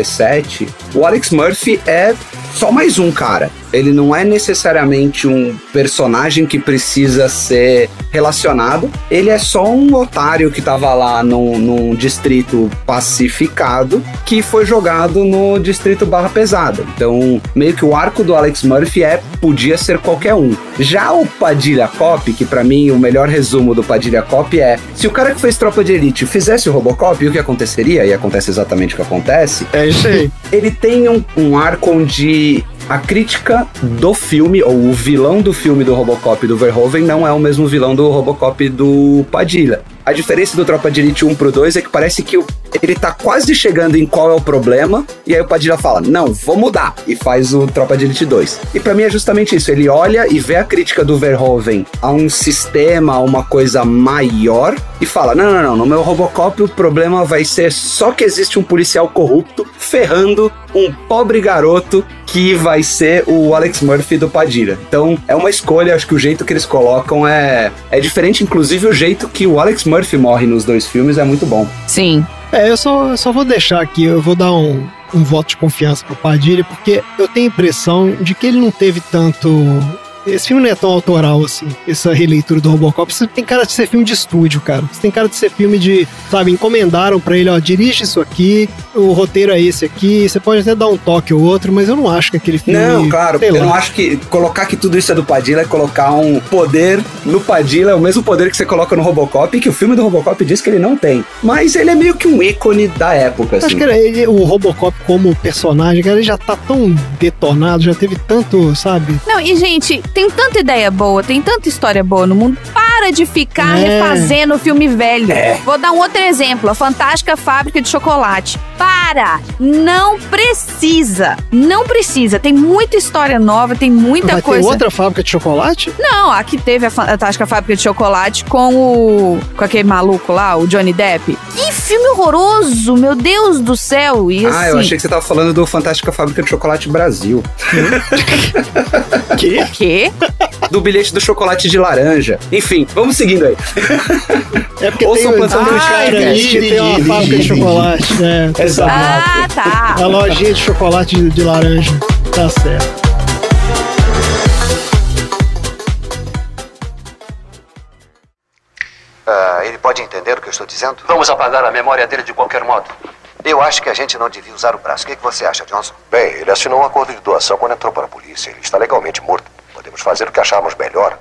87, o Alex Murphy é só mais um cara. Ele não é necessariamente um personagem que precisa ser relacionado. Ele é só um otário que tava lá num distrito pacificado, que foi jogado no distrito Barra Pesada. Então, meio que o arco do Alex Murphy podia ser qualquer um. Já o Padilha Cop, que pra mim o melhor resumo do Padilha Cop é: se o cara que fez Tropa de Elite fizesse o Robocop, o que aconteceria? E acontece exatamente o que acontece. É isso aí. Ele tem um arco onde a crítica do filme, ou o vilão do filme do Robocop do Verhoeven, não é o mesmo vilão do Robocop do Padilha. A diferença do Tropa de Elite 1 pro 2 é que parece que ele tá quase chegando em qual é o problema, e aí o Padilha fala, não, vou mudar, e faz o Tropa de Elite 2. E pra mim é justamente isso, ele olha e vê a crítica do Verhoeven a um sistema, a uma coisa maior, e fala, não, no meu Robocop o problema vai ser só que existe um policial corrupto ferrando um pobre garoto que vai ser o Alex Murphy do Padilha. Então é uma escolha, acho que o jeito que eles colocam é diferente, inclusive o jeito que o Alex Murphy morre nos dois filmes é muito bom. Sim. Eu só vou deixar aqui, eu vou dar um voto de confiança pro Padilha, porque eu tenho a impressão de que ele não teve tanto esse filme não é tão autoral assim, essa releitura do Robocop. Isso tem cara de ser filme de estúdio, cara. Isso tem cara de ser filme de, sabe, encomendaram pra ele, ó, dirige isso aqui, o roteiro é esse aqui, você pode até dar um toque ou outro, mas eu não acho que aquele filme... Não, claro, eu não acho que colocar que tudo isso é do Padilha é colocar um poder no Padilha, é o mesmo poder que você coloca no Robocop, e que o filme do Robocop diz que ele não tem. Mas ele é meio que um ícone da época, assim. Acho que o Robocop como personagem, cara, ele já tá tão detonado, já teve tanto, sabe? Não, e gente, tem tanta ideia boa, tem tanta história boa no mundo. Para de ficar refazendo o filme velho. Vou dar um outro exemplo, a Fantástica Fábrica de Chocolate. Para! Não precisa. Não precisa. Tem muita história nova, tem muita coisa. Tem outra fábrica de chocolate? Não, aqui teve a Fantástica Fábrica de Chocolate com aquele maluco lá, o Johnny Depp. Que filme horroroso, meu Deus do céu. E assim... eu achei que você tava falando do Fantástica Fábrica de Chocolate Brasil. Que? O quê? Do Bilhete do Chocolate de Laranja. Enfim, vamos seguindo aí. É porque ouçam o Plantão do cara aí que tem uma fábrica de chocolate. Exato. Ah, tá. A lojinha de chocolate de laranja. Tá certo. Ele pode entender o que eu estou dizendo? Vamos apagar a memória dele de qualquer modo. Eu acho que a gente não devia usar o braço. O que você acha, Johnson? Bem, ele assinou um acordo de doação quando entrou para a polícia. Ele está legalmente morto. Podemos fazer o que acharmos melhor.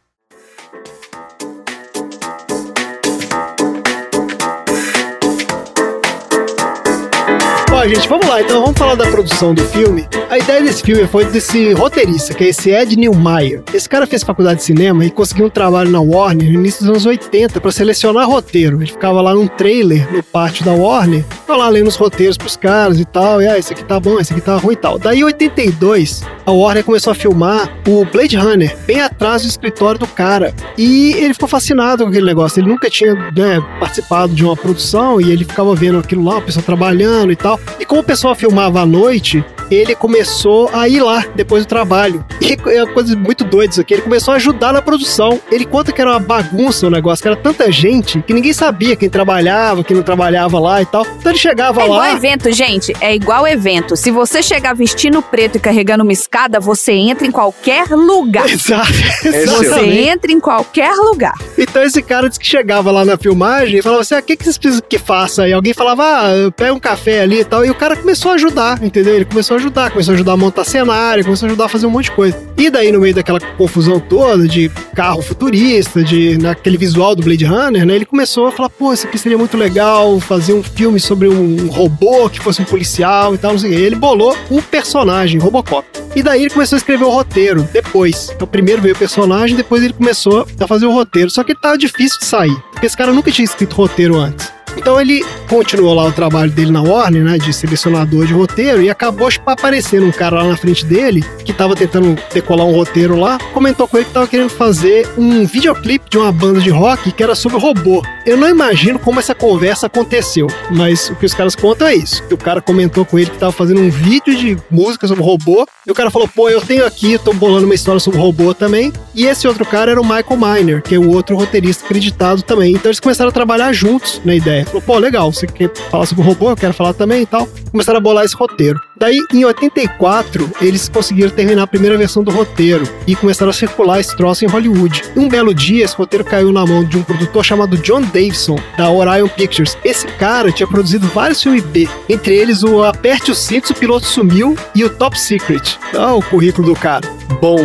Ó, gente, vamos lá. Então, vamos falar da produção do filme. A ideia desse filme foi desse roteirista, que é esse Ed Neumeier. Esse cara fez faculdade de cinema e conseguiu um trabalho na Warner no início dos anos 80 para selecionar roteiro. Ele ficava lá num trailer no pátio da Warner, lá lendo os roteiros pros caras e tal. E esse aqui tá bom, esse aqui tá ruim e tal. Daí, em 82, a Warner começou a filmar o Blade Runner, bem atrás do escritório do cara. E ele ficou fascinado com aquele negócio. Ele nunca tinha, participado de uma produção e ele ficava vendo aquilo lá, o pessoal trabalhando e tal. E como o pessoal filmava à noite, ele começou a ir lá depois do trabalho. E é uma coisa muito doida isso aqui. Ele começou a ajudar na produção. Ele conta que era uma bagunça o negócio, que era tanta gente que ninguém sabia quem trabalhava, quem não trabalhava lá e tal. Então ele chegava lá... É igual evento, gente. É igual evento. Se você chegar vestindo preto e carregando uma escada, você entra em qualquer lugar. Exato. Você entra em qualquer lugar. Então esse cara disse que chegava lá na filmagem e falava assim, o que vocês precisam que faça? E alguém falava, pega um café ali e tal. E o cara começou a ajudar, entendeu? Ele começou a ajudar a montar cenário, começou a ajudar a fazer um monte de coisa. E daí, no meio daquela confusão toda de carro futurista, naquele visual do Blade Runner, né? Ele começou a falar, pô, isso aqui seria muito legal, fazer um filme sobre um robô que fosse um policial e tal, não sei o quê. Ele bolou um personagem, Robocop. E daí ele começou a escrever o roteiro, depois. Então primeiro veio o personagem, depois ele começou a fazer o roteiro. Só que ele tava difícil de sair, porque esse cara nunca tinha escrito roteiro antes. Então ele continuou lá o trabalho dele na Warner, né, de selecionador de roteiro, e acabou aparecendo um cara lá na frente dele, que tava tentando decolar um roteiro lá, comentou com ele que tava querendo fazer um videoclipe de uma banda de rock que era sobre robô. Eu não imagino como essa conversa aconteceu, mas o que os caras contam é isso, que o cara comentou com ele que tava fazendo um vídeo de música sobre robô, e o cara falou, pô, eu tenho aqui, tô bolando uma história sobre robô também, e esse outro cara era o Michael Miner, que é o outro roteirista acreditado também. Então eles começaram a trabalhar juntos na ideia. Falou, pô, legal, você quer falar sobre o robô, eu quero falar também e tal. Começaram a bolar esse roteiro. Daí, em 84, eles conseguiram terminar a primeira versão do roteiro e começaram a circular esse troço em Hollywood. Um belo dia, esse roteiro caiu na mão de um produtor chamado John Davison, da Orion Pictures. Esse cara tinha produzido vários filmes B, entre eles o Aperte os Cintos, o Piloto Sumiu e o Top Secret. Olha o currículo do cara. Bom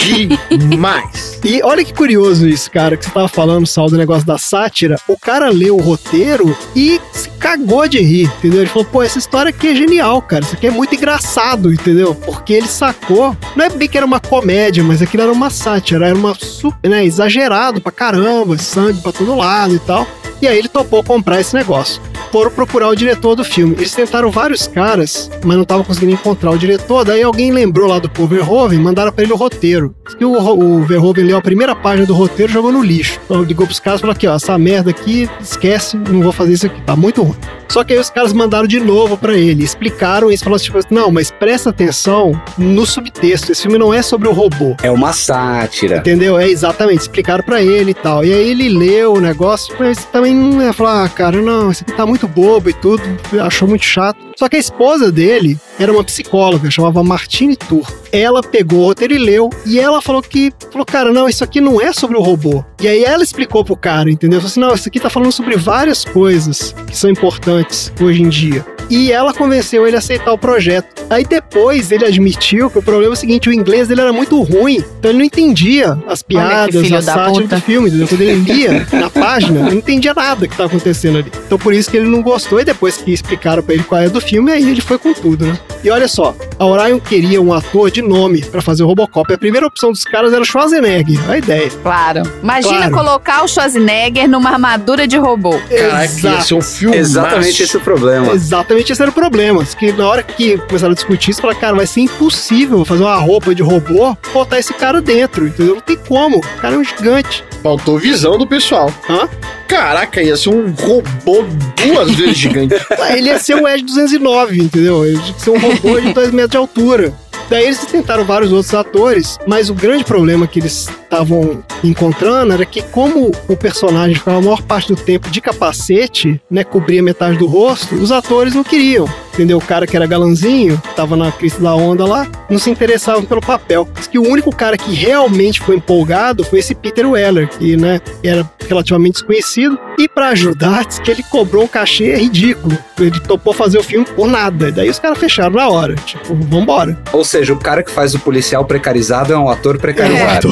demais! E olha que curioso isso, cara, que você tava falando, Sal, do negócio da sátira. O cara leu o roteiro e se cagou de rir, entendeu? Ele falou, pô, essa história aqui é genial, cara. Isso aqui é muito engraçado, entendeu? Porque ele sacou, não é bem que era uma comédia, mas aquilo era uma sátira, era uma super, né, exagerado pra caramba, sangue pra todo lado e tal. E aí ele topou comprar esse negócio. Foram procurar o diretor do filme. Eles tentaram vários caras, mas não estavam conseguindo encontrar o diretor. Daí alguém lembrou lá do Paul Verhoeven, mandaram pra ele o roteiro. E o Verhoeven leu a primeira página do roteiro e jogou no lixo. Então ligou pros caras e falou aqui, ó, essa merda aqui, esquece, não vou fazer isso aqui, tá muito ruim. Só que aí os caras mandaram de novo pra ele, explicaram, e eles falaram tipo, não, mas presta atenção no subtexto, esse filme não é sobre o robô. É uma sátira. Entendeu? É exatamente, explicaram pra ele e tal. E aí ele leu o negócio, mas também não ia falar, cara, não, isso aqui tá muito muito bobo e tudo, achou muito chato. Só que a esposa dele era uma psicóloga, chamava Martine Tour. Ela pegou o roteiro e leu, e ela falou, cara, não, isso aqui não é sobre o robô. E aí ela explicou pro cara, entendeu? Falou assim, não, isso aqui tá falando sobre várias coisas que são importantes hoje em dia. E ela convenceu ele a aceitar o projeto. Aí depois ele admitiu que o problema é o seguinte, o inglês dele era muito ruim, então ele não entendia as piadas, a sátira do filme, entendeu? Quando ele lia na página, ele não entendia nada que estava acontecendo ali. Então por isso que ele não gostou, e depois que explicaram pra ele qual era do filme, aí ele foi com tudo, né? E olha só, a Orion queria um ator de nome pra fazer o Robocop. A primeira opção dos caras era o Schwarzenegger, a ideia. Claro. Imagina colocar o Schwarzenegger numa armadura de robô. Caraca, ia ser um filme. Exatamente esse é o problema. Exatamente esse era o problema. Que na hora que começaram a discutir isso, falaram, cara, vai ser impossível fazer uma roupa de robô, botar esse cara dentro, entendeu? Não tem como. O cara é um gigante. Faltou visão do pessoal. Hã? Caraca, ia ser um robô 2 vezes gigante. Ele ia ser o Edge 209, entendeu? Ele ia ser um robô de 2 metros de altura. Daí eles tentaram vários outros atores, mas o grande problema que eles estavam encontrando era que, como o personagem ficava a maior parte do tempo de capacete, né, cobria metade do rosto, os atores não queriam, entendeu? O cara que era galanzinho, tava na crista da onda lá, não se interessavam pelo papel. Diz que o único cara que realmente foi empolgado foi esse Peter Weller, que, né, era relativamente desconhecido, e pra ajudar, diz que ele cobrou um cachê ridículo. Ele topou fazer o filme por nada. Daí os caras fecharam na hora, tipo, vambora. Ou seja, o cara que faz o policial precarizado é um ator precarizado.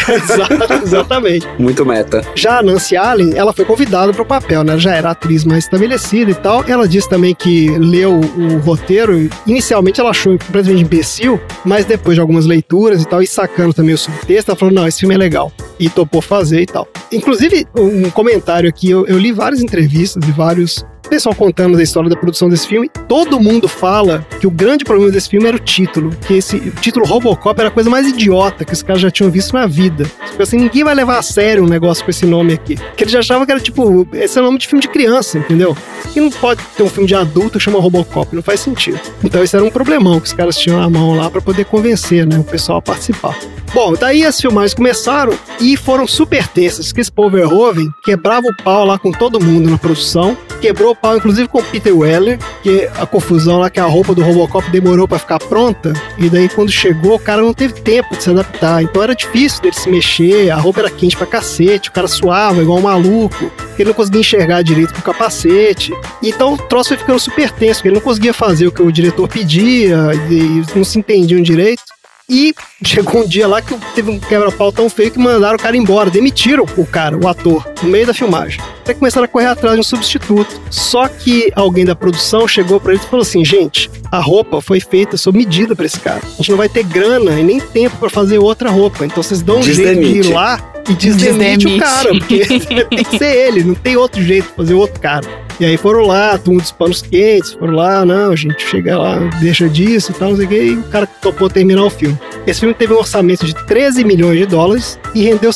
Exatamente. Muito meta. Já a Nancy Allen, ela foi convidada pro papel, né? Já era atriz mais estabelecida e tal. Ela disse também que leu o roteiro e inicialmente ela achou completamente imbecil, mas depois de algumas leituras e tal, e sacando também o subtexto, ela falou, não, esse filme é legal. E topou fazer e tal. Inclusive, um comentário aqui, eu li várias entrevistas de vários pessoal contando da história da produção desse filme. Todo mundo fala que o grande problema desse filme era o título, que o título Robocop era a coisa mais idiota que os caras já tinham visto na vida. Tipo assim, ninguém vai levar a sério um negócio com esse nome aqui. Que eles já achavam que era tipo, esse é o nome de filme de criança, entendeu? E não pode ter um filme de adulto que chama Robocop, não faz sentido. Então esse era um problemão que os caras tinham na mão lá pra poder convencer, né, o pessoal a participar. Bom, daí as filmagens começaram e foram super tensas, que esse Paul Verhoeven quebrava o pau lá com todo mundo na produção, quebrou o pau inclusive com o Peter Weller, que a confusão lá que a roupa do Robocop demorou pra ficar pronta, e daí quando chegou o cara não teve tempo de se adaptar, então era difícil dele se mexer, a roupa era quente pra cacete, o cara suava igual um maluco, ele não conseguia enxergar direito com o capacete, então o troço foi ficando super tenso, ele não conseguia fazer o que o diretor pedia, e não se entendiam direito. E chegou um dia lá que teve um quebra-pau tão feio que mandaram o cara embora, demitiram o cara, o ator, no meio da filmagem. Até começaram a correr atrás de um substituto. Só que alguém da produção chegou pra ele e falou assim, gente, a roupa foi feita sob medida pra esse cara. A gente não vai ter grana e nem tempo pra fazer outra roupa. Então vocês dão um jeito de ir lá e desdemite o cara, porque tem que ser ele, não tem outro jeito de fazer outro cara. E aí foram lá, turma dos panos quentes, foram lá, não, a gente chega lá, deixa disso e tal, não sei o que, e o cara topou terminar o filme. Esse filme teve um orçamento de 13 milhões de dólares e rendeu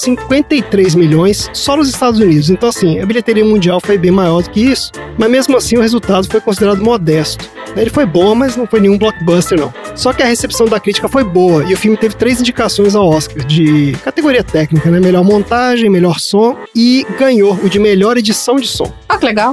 53 milhões só nos Estados Unidos. Então, assim, a bilheteria mundial foi bem maior do que isso, mas mesmo assim o resultado foi considerado modesto. Ele foi bom, mas não foi nenhum blockbuster, não. Só que a recepção da crítica foi boa e o filme teve 3 indicações ao Oscar de categoria técnica, né? Melhor montagem, melhor som e ganhou o de melhor edição de som. Ah, que legal.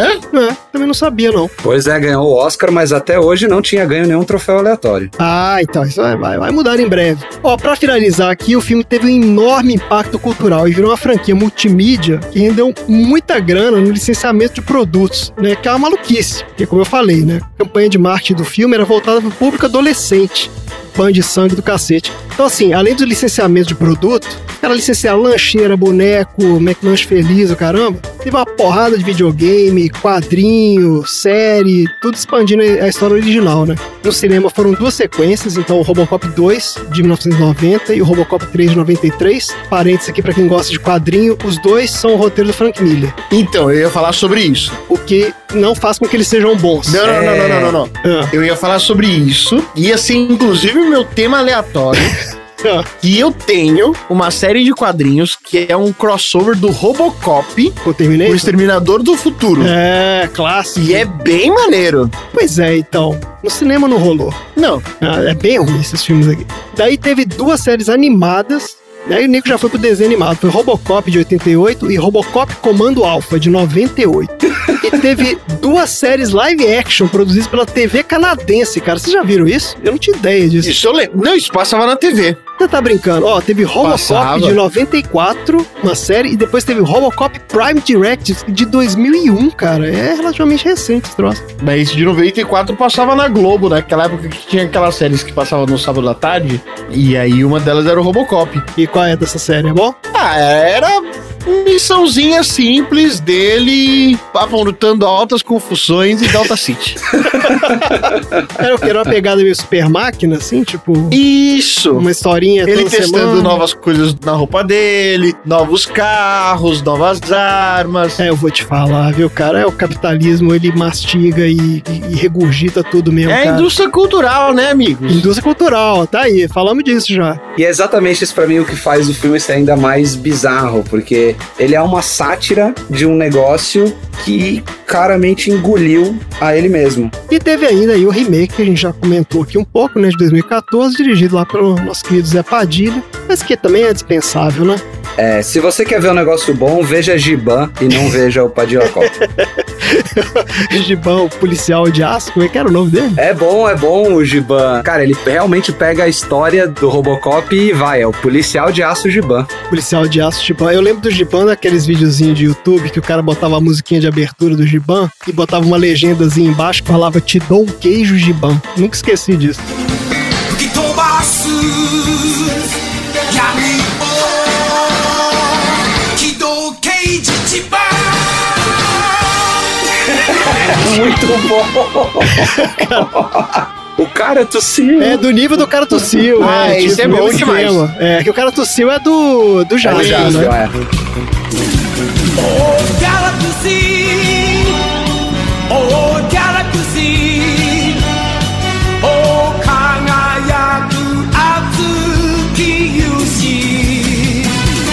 Também não sabia, não. Pois é, ganhou o Oscar, mas até hoje não tinha ganho nenhum troféu aleatório. Ah, então isso vai mudar em breve. Ó, pra finalizar aqui, o filme teve um enorme impacto cultural e virou uma franquia multimídia que rendeu muita grana no licenciamento de produtos, né? Que é uma maluquice, porque como eu falei, né? A campanha de marketing do filme era voltada para o público adolescente. Banho de sangue do cacete. Então, assim, além do licenciamento de produto, era licenciar lancheira, boneco, McLanche Feliz, o caramba. Teve uma porrada de videogame, quadrinho, série, tudo expandindo a história original, né? No cinema foram 2 sequências, então o Robocop 2, de 1990, e o Robocop 3, de 93. Parênteses aqui pra quem gosta de quadrinho, os dois são o roteiro do Frank Miller. Então, eu ia falar sobre isso. O que não faz com que eles sejam bons. Não. Eu ia falar sobre isso, ia ser inclusive o meu tema aleatório. E eu tenho uma série de quadrinhos que é um crossover do Robocop com o Exterminador do Futuro. É, clássico. E é bem maneiro. Pois é, então. No cinema não rolou. Não. É bem ruim esses filmes aqui. Daí teve 2 séries animadas E aí o Nico já foi pro desenho animado. Foi Robocop de 88 e Robocop Comando Alpha de 98. E teve 2 séries live action produzidas pela TV canadense, cara. Vocês já viram isso? Eu não tinha ideia disso. Isso eu lembro. Não, isso passava na TV. Você tá brincando? Ó, teve Robocop de 94, uma série, e depois teve Robocop Prime Directives de 2001, cara. É relativamente recente esse troço. Mas esse de 94 passava na Globo, né? Aquela época que tinha aquelas séries que passavam no sábado da tarde. E aí uma delas era o Robocop. E qual é dessa série? É bom? Ah, era missãozinha simples dele apontando altas confusões em Delta City. Era o que? Era uma pegada meio super máquina, assim? Tipo... Isso! Uma historinha ele toda testando semana. novas coisas na roupa dele, novos carros, novas armas. É, eu vou te falar, viu, cara? É o capitalismo, ele mastiga e regurgita tudo mesmo, É cara. indústria cultural, né, amigos? Indústria cultural, tá aí, falamos disso já. E é exatamente isso pra mim o que faz o filme ser ainda mais bizarro, porque ele é uma sátira de um negócio que claramente engoliu a ele mesmo. E teve ainda aí o remake, que a gente já comentou aqui um pouco, né, de 2014, dirigido lá pelo nosso querido Zé Padilha, mas que também é dispensável, né? É, se você quer ver um negócio bom, veja Giban e não veja o Padilha Cop. Giban, o policial de aço, como é que era o nome dele? É bom o Giban. Cara, ele realmente pega a história do Robocop e vai, é o policial de aço Giban. Policial de aço Giban. Eu lembro do Giban daqueles videozinhos de YouTube que o cara botava a musiquinha de abertura do Giban e botava uma legendazinha embaixo que falava "Te dou um queijo, Giban". Nunca esqueci disso. Muito bom! O cara tossiu. É do nível do cara tossiu. Ah, isso é bom demais. Esquema. É, que o cara tossiu é do Jaspion, né? Oh, Galaxy! Oh, Galaxy! Oh, Kagayaku Atsuki Yushi!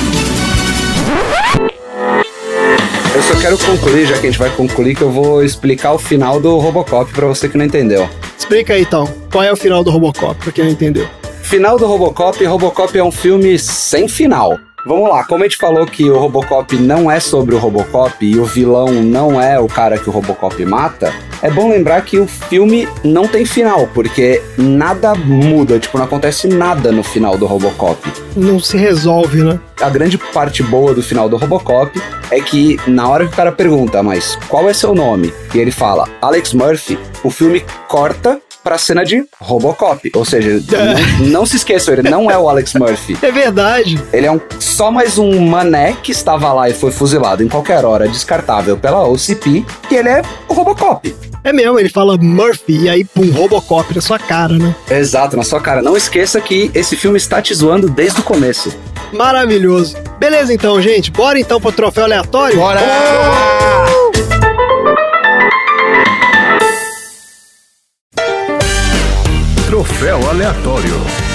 Eu só quero concluir, já que a gente vai concluir, que eu vou explicar o final do Robocop pra você que não entendeu. Explica aí, então. Qual é o final do Robocop, pra quem não entendeu? Final do Robocop é um filme sem final. Vamos lá, como a gente falou que o Robocop não é sobre o Robocop e o vilão não é o cara que o Robocop mata, é bom lembrar que o filme não tem final, porque nada muda, tipo, não acontece nada no final do Robocop. Não se resolve, né? A grande parte boa do final do Robocop é que na hora que o cara pergunta, mas qual é seu nome? E ele fala, Alex Murphy, o filme corta pra cena de Robocop. Ou seja, não se esqueçam, ele não é o Alex Murphy. É verdade. Ele é só mais um mané que estava lá e foi fuzilado em qualquer hora, descartável pela OCP, e ele é o Robocop. É mesmo, ele fala Murphy e aí pum, Robocop na sua cara, né? Exato, na sua cara. Não esqueça que esse filme está te zoando desde o começo. Maravilhoso. Beleza então, gente. Bora então pro troféu aleatório? Bora! Troféu aleatório.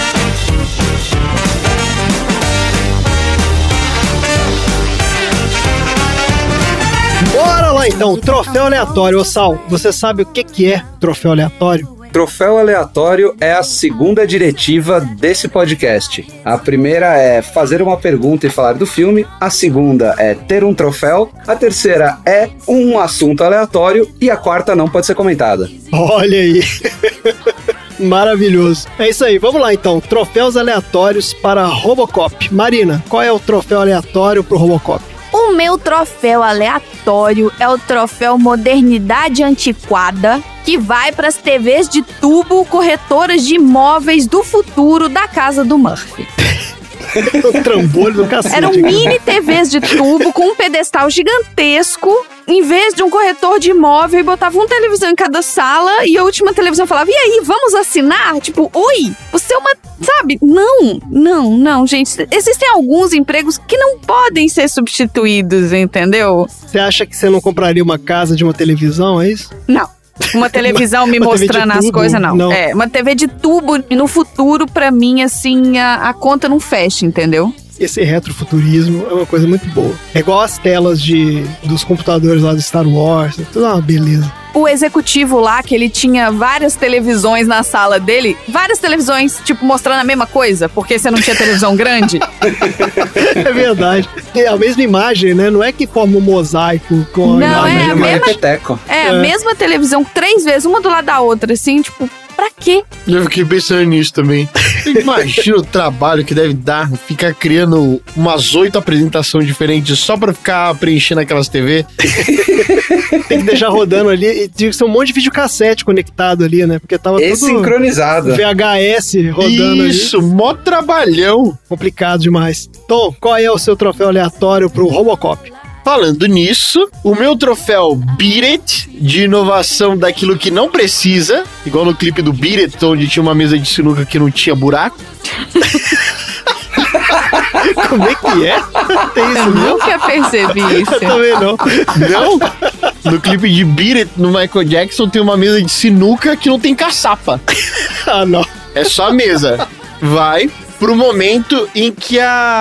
Bora lá então, troféu aleatório. Ô Sal, você sabe o que é troféu aleatório? Troféu aleatório é a segunda diretiva desse podcast. A primeira é fazer uma pergunta e falar do filme. A segunda é ter um troféu. A terceira é um assunto aleatório. E a quarta não pode ser comentada. Olha aí. Maravilhoso. É isso aí, vamos lá então. Troféus aleatórios para Robocop. Marina, qual é o troféu aleatório pro Robocop? O meu troféu aleatório é o troféu Modernidade Antiquada, que vai para as TVs de tubo corretoras de imóveis do futuro da casa do Murphy. O trambolho do cacete. Eram mini TVs de tubo com um pedestal gigantesco. Em vez de um corretor de imóvel, botava uma televisão em cada sala e a última televisão falava, e aí, vamos assinar? Tipo, oi, você é uma... Sabe? Não, gente. Existem alguns empregos que não podem ser substituídos, entendeu? Você acha que você não compraria uma casa de uma televisão, é isso? Não. Uma televisão me mostrando as coisas, não. É, uma TV de tubo no futuro, pra mim, assim, a conta não fecha, entendeu? Esse retrofuturismo é uma coisa muito boa. É igual as telas dos computadores lá do Star Wars, tudo uma beleza. o executivo lá, que ele tinha várias televisões na sala dele, várias televisões, tipo, mostrando a mesma coisa, porque você não tinha televisão grande. É verdade. É a mesma imagem, né? Não é que forma um mosaico com não, a é a mesma. A mesma televisão, 3 vezes, uma do lado da outra, assim, tipo, pra quê? Eu fiquei pensando nisso também. Imagina o trabalho que deve dar ficar criando umas 8 apresentações diferentes só pra ficar preenchendo aquelas TV. Tem que deixar rodando ali e tinha que ser um monte de videocassete conectado ali, né? Porque tava tudo sincronizado. VHS rodando ali. Isso, mó trabalhão. Complicado demais. Tom, qual é o seu troféu aleatório pro Robocop? Falando nisso, o meu troféu Beat It, de inovação daquilo que não precisa, igual no clipe do Beat It, onde tinha uma mesa de sinuca que não tinha buraco. Como é que é? Tem isso, Eu nunca percebi isso. Eu também não. Não? No clipe de Beat It, no Michael Jackson, tem uma mesa de sinuca que não tem caçapa. Ah, não. É só a mesa. Vai pro momento em que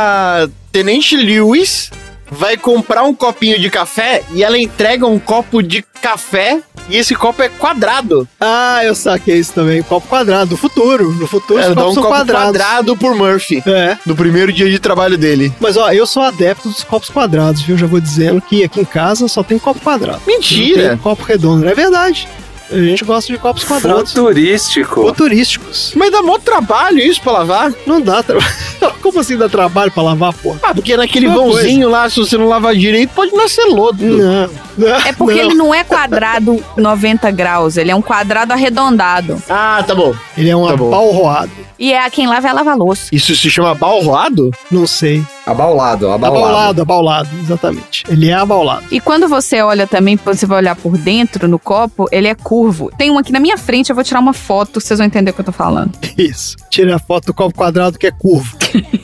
a Tenente Lewis vai comprar um copinho de café e ela entrega um copo de café e esse copo é quadrado. Ah, eu saquei isso também. Copo quadrado, do futuro. No futuro, os Ela dá copos um são copo quadrados. quadrado por Murphy. É. No primeiro dia de trabalho dele. Mas, ó, eu sou adepto dos copos quadrados, viu? Já vou dizendo que aqui em casa só tem copo quadrado. Mentira! Não tem copo redondo. É verdade. A gente gosta de copos quadrados. Futurísticos. Mas dá mó trabalho isso pra lavar? Não dá trabalho. Como assim dá trabalho pra lavar, pô? Ah, porque naquele Uma vãozinho lá, se você não lavar direito, pode nascer lodo. Não. É porque ele não é quadrado 90 graus, ele é um quadrado arredondado. Ah, tá bom. Ele é um Tá bom. abalroado. E é quem lava é lava-louça. Isso se chama balroado? Não sei. Abaulado. Abaulado, exatamente. Ele é abaulado. E quando você olha também, você vai olhar por dentro no copo, ele é curvo. Tem um aqui na minha frente, eu vou tirar uma foto, vocês vão entender o que eu tô falando. Isso. Tira a foto do copo quadrado que é curvo.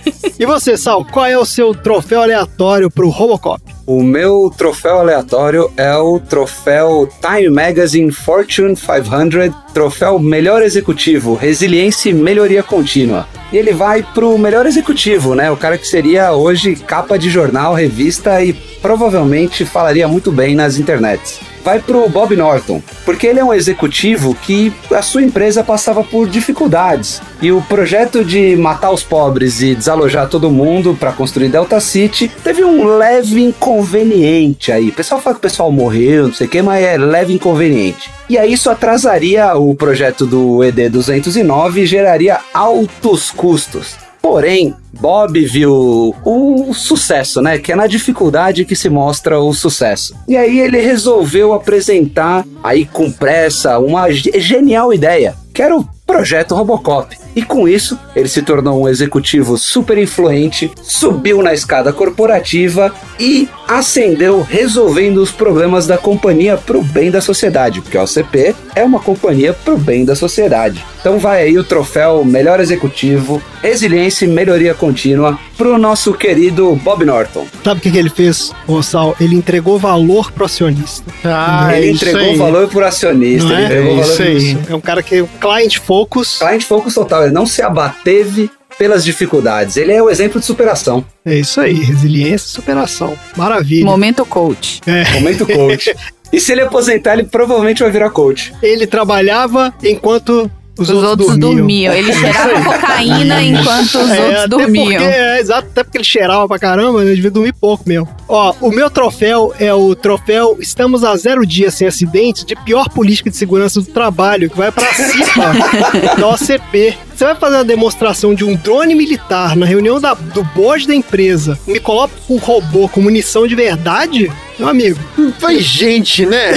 E você, Sal, qual é o seu troféu aleatório pro Robocop? O meu troféu aleatório é o troféu Time Magazine Fortune 500, troféu Melhor Executivo, Resiliência e Melhoria Contínua. E ele vai pro melhor executivo, né? O cara que seria hoje capa de jornal, revista e provavelmente falaria muito bem nas internets. Vai pro Bob Norton, porque ele é um executivo que a sua empresa passava por dificuldades. E o projeto de matar os pobres e desalojar todo mundo para construir Delta City teve um leve inconveniente aí. O pessoal fala que o pessoal morreu, não sei o que, mas é leve inconveniente. E aí isso atrasaria o projeto do ED-209 e geraria altos custos. Porém, Bob viu o sucesso, né? Que é na dificuldade que se mostra o sucesso. E aí ele resolveu apresentar, aí com pressa, uma genial ideia, que era o Projeto Robocop. E com isso, ele se tornou um executivo super influente, subiu na escada corporativa e ascendeu resolvendo os problemas da companhia pro bem da sociedade, porque a OCP é uma companhia pro bem da sociedade. Então vai aí o troféu Melhor Executivo, Resiliência e Melhoria Contínua pro nosso querido Bob Norton. Sabe o que ele fez, ô Sal? Ele entregou valor pro acionista. Ele entregou valor pro acionista. Não ele é? entregou valor Isso pro aí. acionista. É um cara que é client focus. Client focus total, ele não se abateve pelas dificuldades. Ele é o exemplo de superação. É isso aí, resiliência e superação. Maravilha. Momento coach. Momento coach. E se ele aposentar, ele provavelmente vai virar coach. Ele trabalhava enquanto os outros dormiam. Ele cheirava cocaína enquanto os outros dormiam. Exato, até porque ele cheirava pra caramba, né? Devia dormir pouco mesmo. Ó, o meu troféu é o troféu Estamos a 0 dias sem acidentes de pior política de segurança do trabalho, que vai pra CIPA da OCP. Você vai fazer uma demonstração de um drone militar na reunião do board da empresa, me coloca um robô com munição de verdade? Meu amigo. Faz gente, né?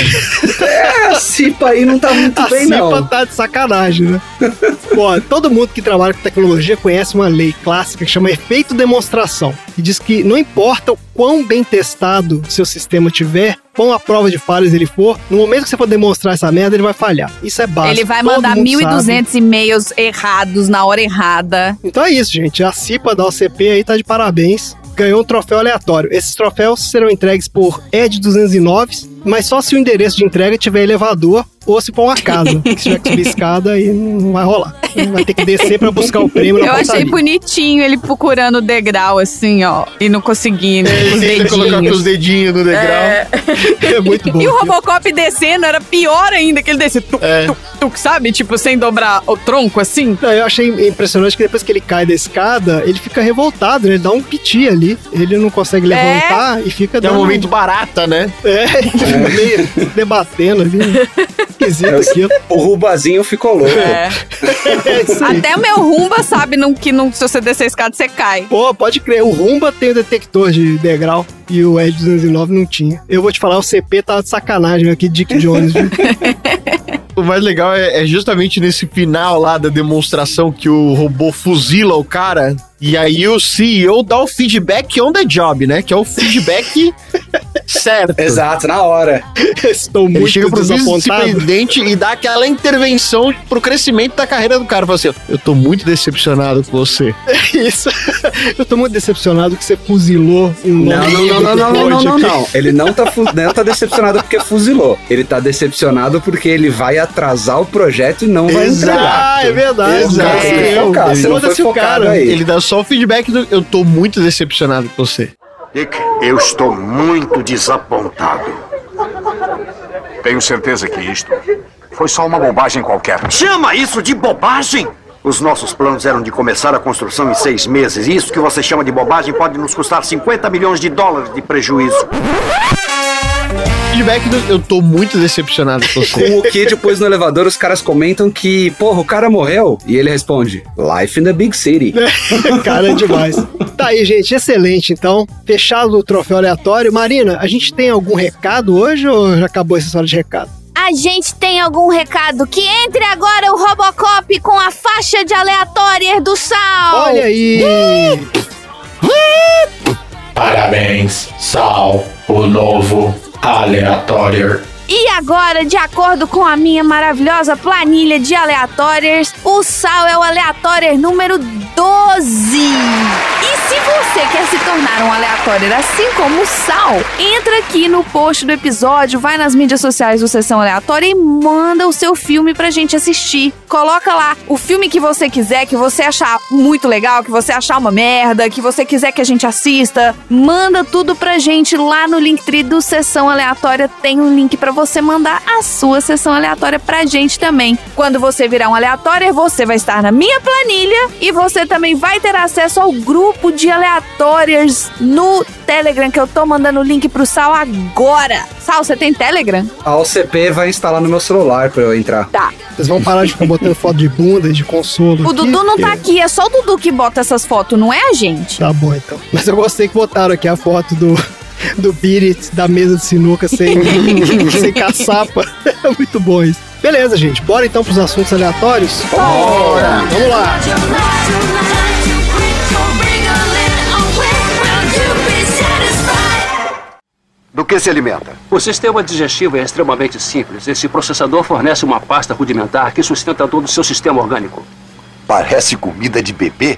A CIPA aí não tá muito bem, não. A CIPA tá de sacanagem, né? Bom, todo mundo que trabalha com tecnologia conhece uma lei clássica que chama efeito demonstração, que diz que não importa o quão bem testado seu sistema tiver, quão à prova de falhas ele for, no momento que você for demonstrar essa merda, ele vai falhar. Isso é básico. Ele vai mandar 1.200 e-mails errados na hora errada. Então é isso, gente. A CIPA da OCP aí tá de parabéns. Ganhou um troféu aleatório. Esses troféus serão entregues por ED 209, mas só se o endereço de entrega tiver elevador ou se for uma casa. Se tiver que subir escada, aí não vai rolar. Vai ter que descer pra buscar o prêmio na Eu portaria. achei bonitinho ele procurando o degrau, assim, ó, e não conseguindo, com os Ele colocar com os dedinhos. dedinhos no degrau. É muito bom. E o Robocop descendo era pior ainda, que ele descia, tuc, sabe? Tipo, sem dobrar o tronco, assim. Não, eu achei impressionante que depois que ele cai da escada, ele fica revoltado, né? Ele dá um piti ali. Ele não consegue levantar e fica É um momento barata, né? Ele fica meio debatendo ali. Né? Esquisito aquilo. O Rubazinho ficou louco. Até o meu Rumba sabe que se você descer a escada, você cai. Pô, pode crer. O Rumba tem o detector de degrau e o Ed 209 não tinha. Eu vou te falar, o CP tá de sacanagem aqui, Dick Jones, viu? O mais legal é justamente nesse final lá da demonstração que o robô fuzila o cara. E aí o CEO dá o feedback on the job, né? Que é o feedback certo. Exato, na hora. Estou Ele muito chega pro desapontado. vice-presidente e dá aquela intervenção pro crescimento da carreira do cara. Fala assim, eu tô muito decepcionado com você. Isso. Eu tô muito decepcionado que você fuzilou um Não. Ele não tá decepcionado porque fuzilou. Ele tá decepcionado porque ele vai atrasar o projeto e não vai entregar. Ah, é verdade. Exato. Você não foi focado aí. Ele dá só o feedback do eu tô muito decepcionado com você. Dick, eu estou muito desapontado. Tenho certeza que isto foi só uma bobagem qualquer. Chama isso de bobagem? Os nossos planos eram de começar a construção em 6 meses. E isso que você chama de bobagem pode nos custar $50 milhões de prejuízo. Feedback do eu tô muito decepcionado com você. Com o que depois no elevador os caras comentam que, porra, o cara morreu. E ele responde, Life in the Big City. Cara, é demais. Tá aí, gente, excelente. Então, fechado o troféu aleatório. Marina, a gente tem algum recado hoje ou já acabou essa história de recado? A gente tem algum recado? Que entre agora o Robocop com a faixa de aleatórias do Sal. Olha aí! Parabéns, Sal, o novo aleatório. E agora, de acordo com a minha maravilhosa planilha de aleatórias, o Sal é o aleatório número 12. E se você quer se tornar um aleatório assim como o Sal, entra aqui no post do episódio, vai nas mídias sociais do Sessão Aleatória e manda o seu filme pra gente assistir. Coloca lá o filme que você quiser, que você achar muito legal, que você achar uma merda, que você quiser que a gente assista. Manda tudo pra gente lá no Linktree do Sessão Aleatória. Tem um link pra você mandar a sua sessão aleatória pra gente também. Quando você virar um aleatório, você vai estar na minha planilha e você também vai ter acesso ao grupo de aleatórios no Telegram, que eu tô mandando o link pro Sal agora. Sal, você tem Telegram? A OCP vai instalar no meu celular pra eu entrar. Tá. Vocês vão parar de ficar botando foto de bunda, de consolo. O Dudu não tá aqui, é só o Dudu que bota essas fotos, não é a gente. Tá bom, então. Mas eu gostei que botaram aqui a foto do Beat da mesa de sinuca sem caçapa. É muito bom isso. Beleza, gente. Bora então pros assuntos aleatórios? Bora! Vamos lá! Do que se alimenta? O sistema digestivo é extremamente simples. Esse processador fornece uma pasta rudimentar que sustenta todo o seu sistema orgânico. Parece comida de bebê?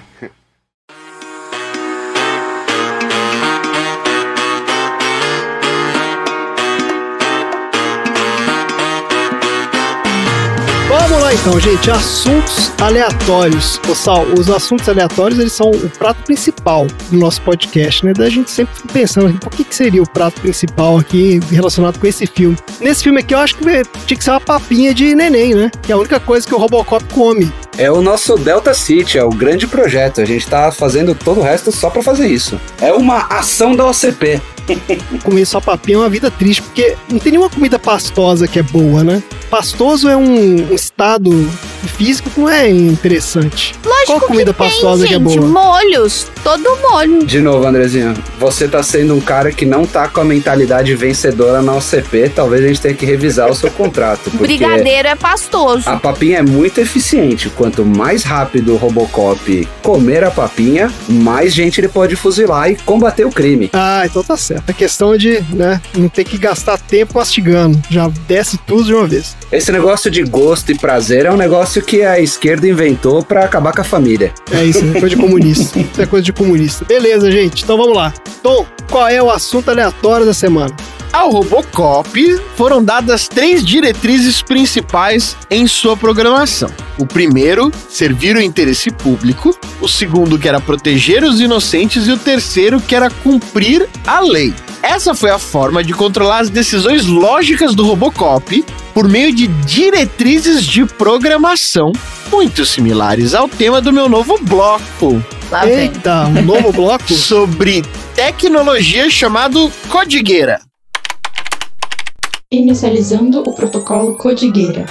Vamos lá então, gente, assuntos aleatórios. Ô Sal, os assuntos aleatórios, eles são o prato principal do nosso podcast, né? Da gente sempre fica pensando, por que seria o prato principal aqui relacionado com esse filme? Nesse filme aqui, eu acho que tinha que ser uma papinha de neném, né? Que é a única coisa que o Robocop come. É o nosso Delta City, é o grande projeto. A gente tá fazendo todo o resto só pra fazer isso. É uma ação da OCP. Comer só papinha é uma vida triste, porque não tem nenhuma comida pastosa que é boa, né? Pastoso é um estado físico que não é interessante. Lógico. Qual comida que tem, pastosa gente, que é boa? Molhos, todo molho. De novo, Andrezinho, você tá sendo um cara que não tá com a mentalidade vencedora na OCP. Talvez a gente tenha que revisar o seu contrato. Brigadeiro é pastoso. A papinha é muito eficiente. Quanto mais rápido o Robocop comer a papinha, mais gente ele pode fuzilar e combater o crime. Ah, então tá certo. A questão de, né, não ter que gastar tempo mastigando. Já desce tudo de uma vez. Esse negócio de gosto e prazer é um negócio que a esquerda inventou pra acabar com a família. É isso, é coisa de comunista. Isso é coisa de comunista. Beleza, gente. Então vamos lá. Tom, qual é o assunto aleatório da semana? Ao Robocop foram dadas 3 diretrizes principais em sua programação. O primeiro, servir o interesse público. O segundo, que era proteger os inocentes. E o terceiro, que era cumprir a lei. Essa foi a forma de controlar as decisões lógicas do Robocop por meio de diretrizes de programação muito similares ao tema do meu novo bloco. Eita, um novo bloco? Sobre tecnologia chamado Codigueira. Inicializando o protocolo Codigueira.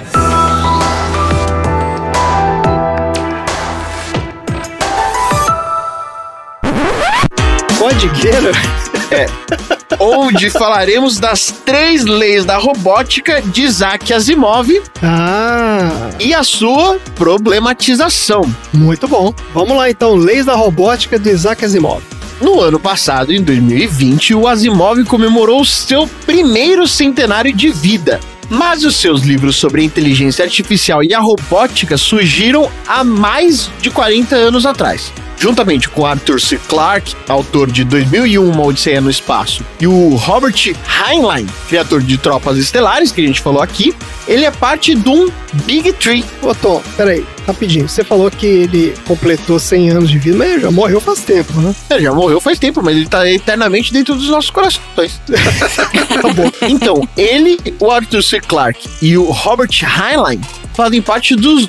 Codigueira? É. Onde falaremos das 3 leis da robótica de Isaac Asimov e a sua problematização. Muito bom. Vamos lá então, leis da robótica de Isaac Asimov. No ano passado, em 2020, o Asimov comemorou seu primeiro centenário de vida. Mas os seus livros sobre a inteligência artificial e a robótica surgiram há mais de 40 anos atrás. Juntamente com Arthur C. Clarke, autor de 2001, Uma Odisseia no Espaço, e o Robert Heinlein, criador de Tropas Estelares, que a gente falou aqui, ele é parte de um Big Tree. Ô Tom, peraí, rapidinho. Você falou que ele completou 100 anos de vida, mas ele já morreu faz tempo, né? Ele já morreu faz tempo, mas ele tá eternamente dentro dos nossos corações. Tá bom. Então, ele, o Arthur C. Clarke e o Robert Heinlein fazem parte dos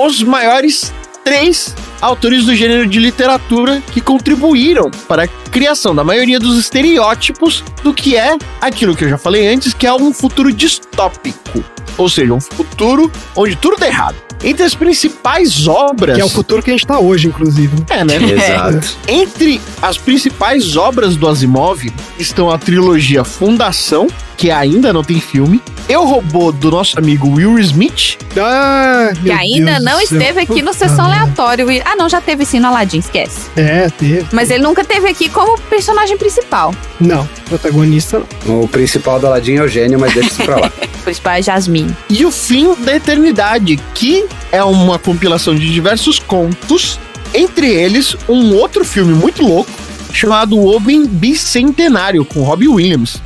maiores 3 autores do gênero de literatura que contribuíram para a criação da maioria dos estereótipos do que é aquilo que eu já falei antes, que é um futuro distópico. Ou seja, um futuro onde tudo dá errado. Entre as principais obras... Que é o futuro que a gente tá hoje, inclusive. É, né? Exato. Entre as principais obras do Asimov estão a trilogia Fundação, que ainda não tem filme, Eu, Robô, do nosso amigo Will Smith. Que ainda não esteve aqui no Sessão Aleatório. Ah, não, já teve sim no Aladdin, esquece. É, teve. Mas ele nunca teve aqui como personagem principal. Não, protagonista não. O principal do Aladdin é o gênio, mas deixa isso pra lá. O principal é Jasmine. E O Fim da Eternidade, que é uma compilação de diversos contos, entre eles um outro filme muito louco, chamado O Homem Bicentenário, com Robbie Williams.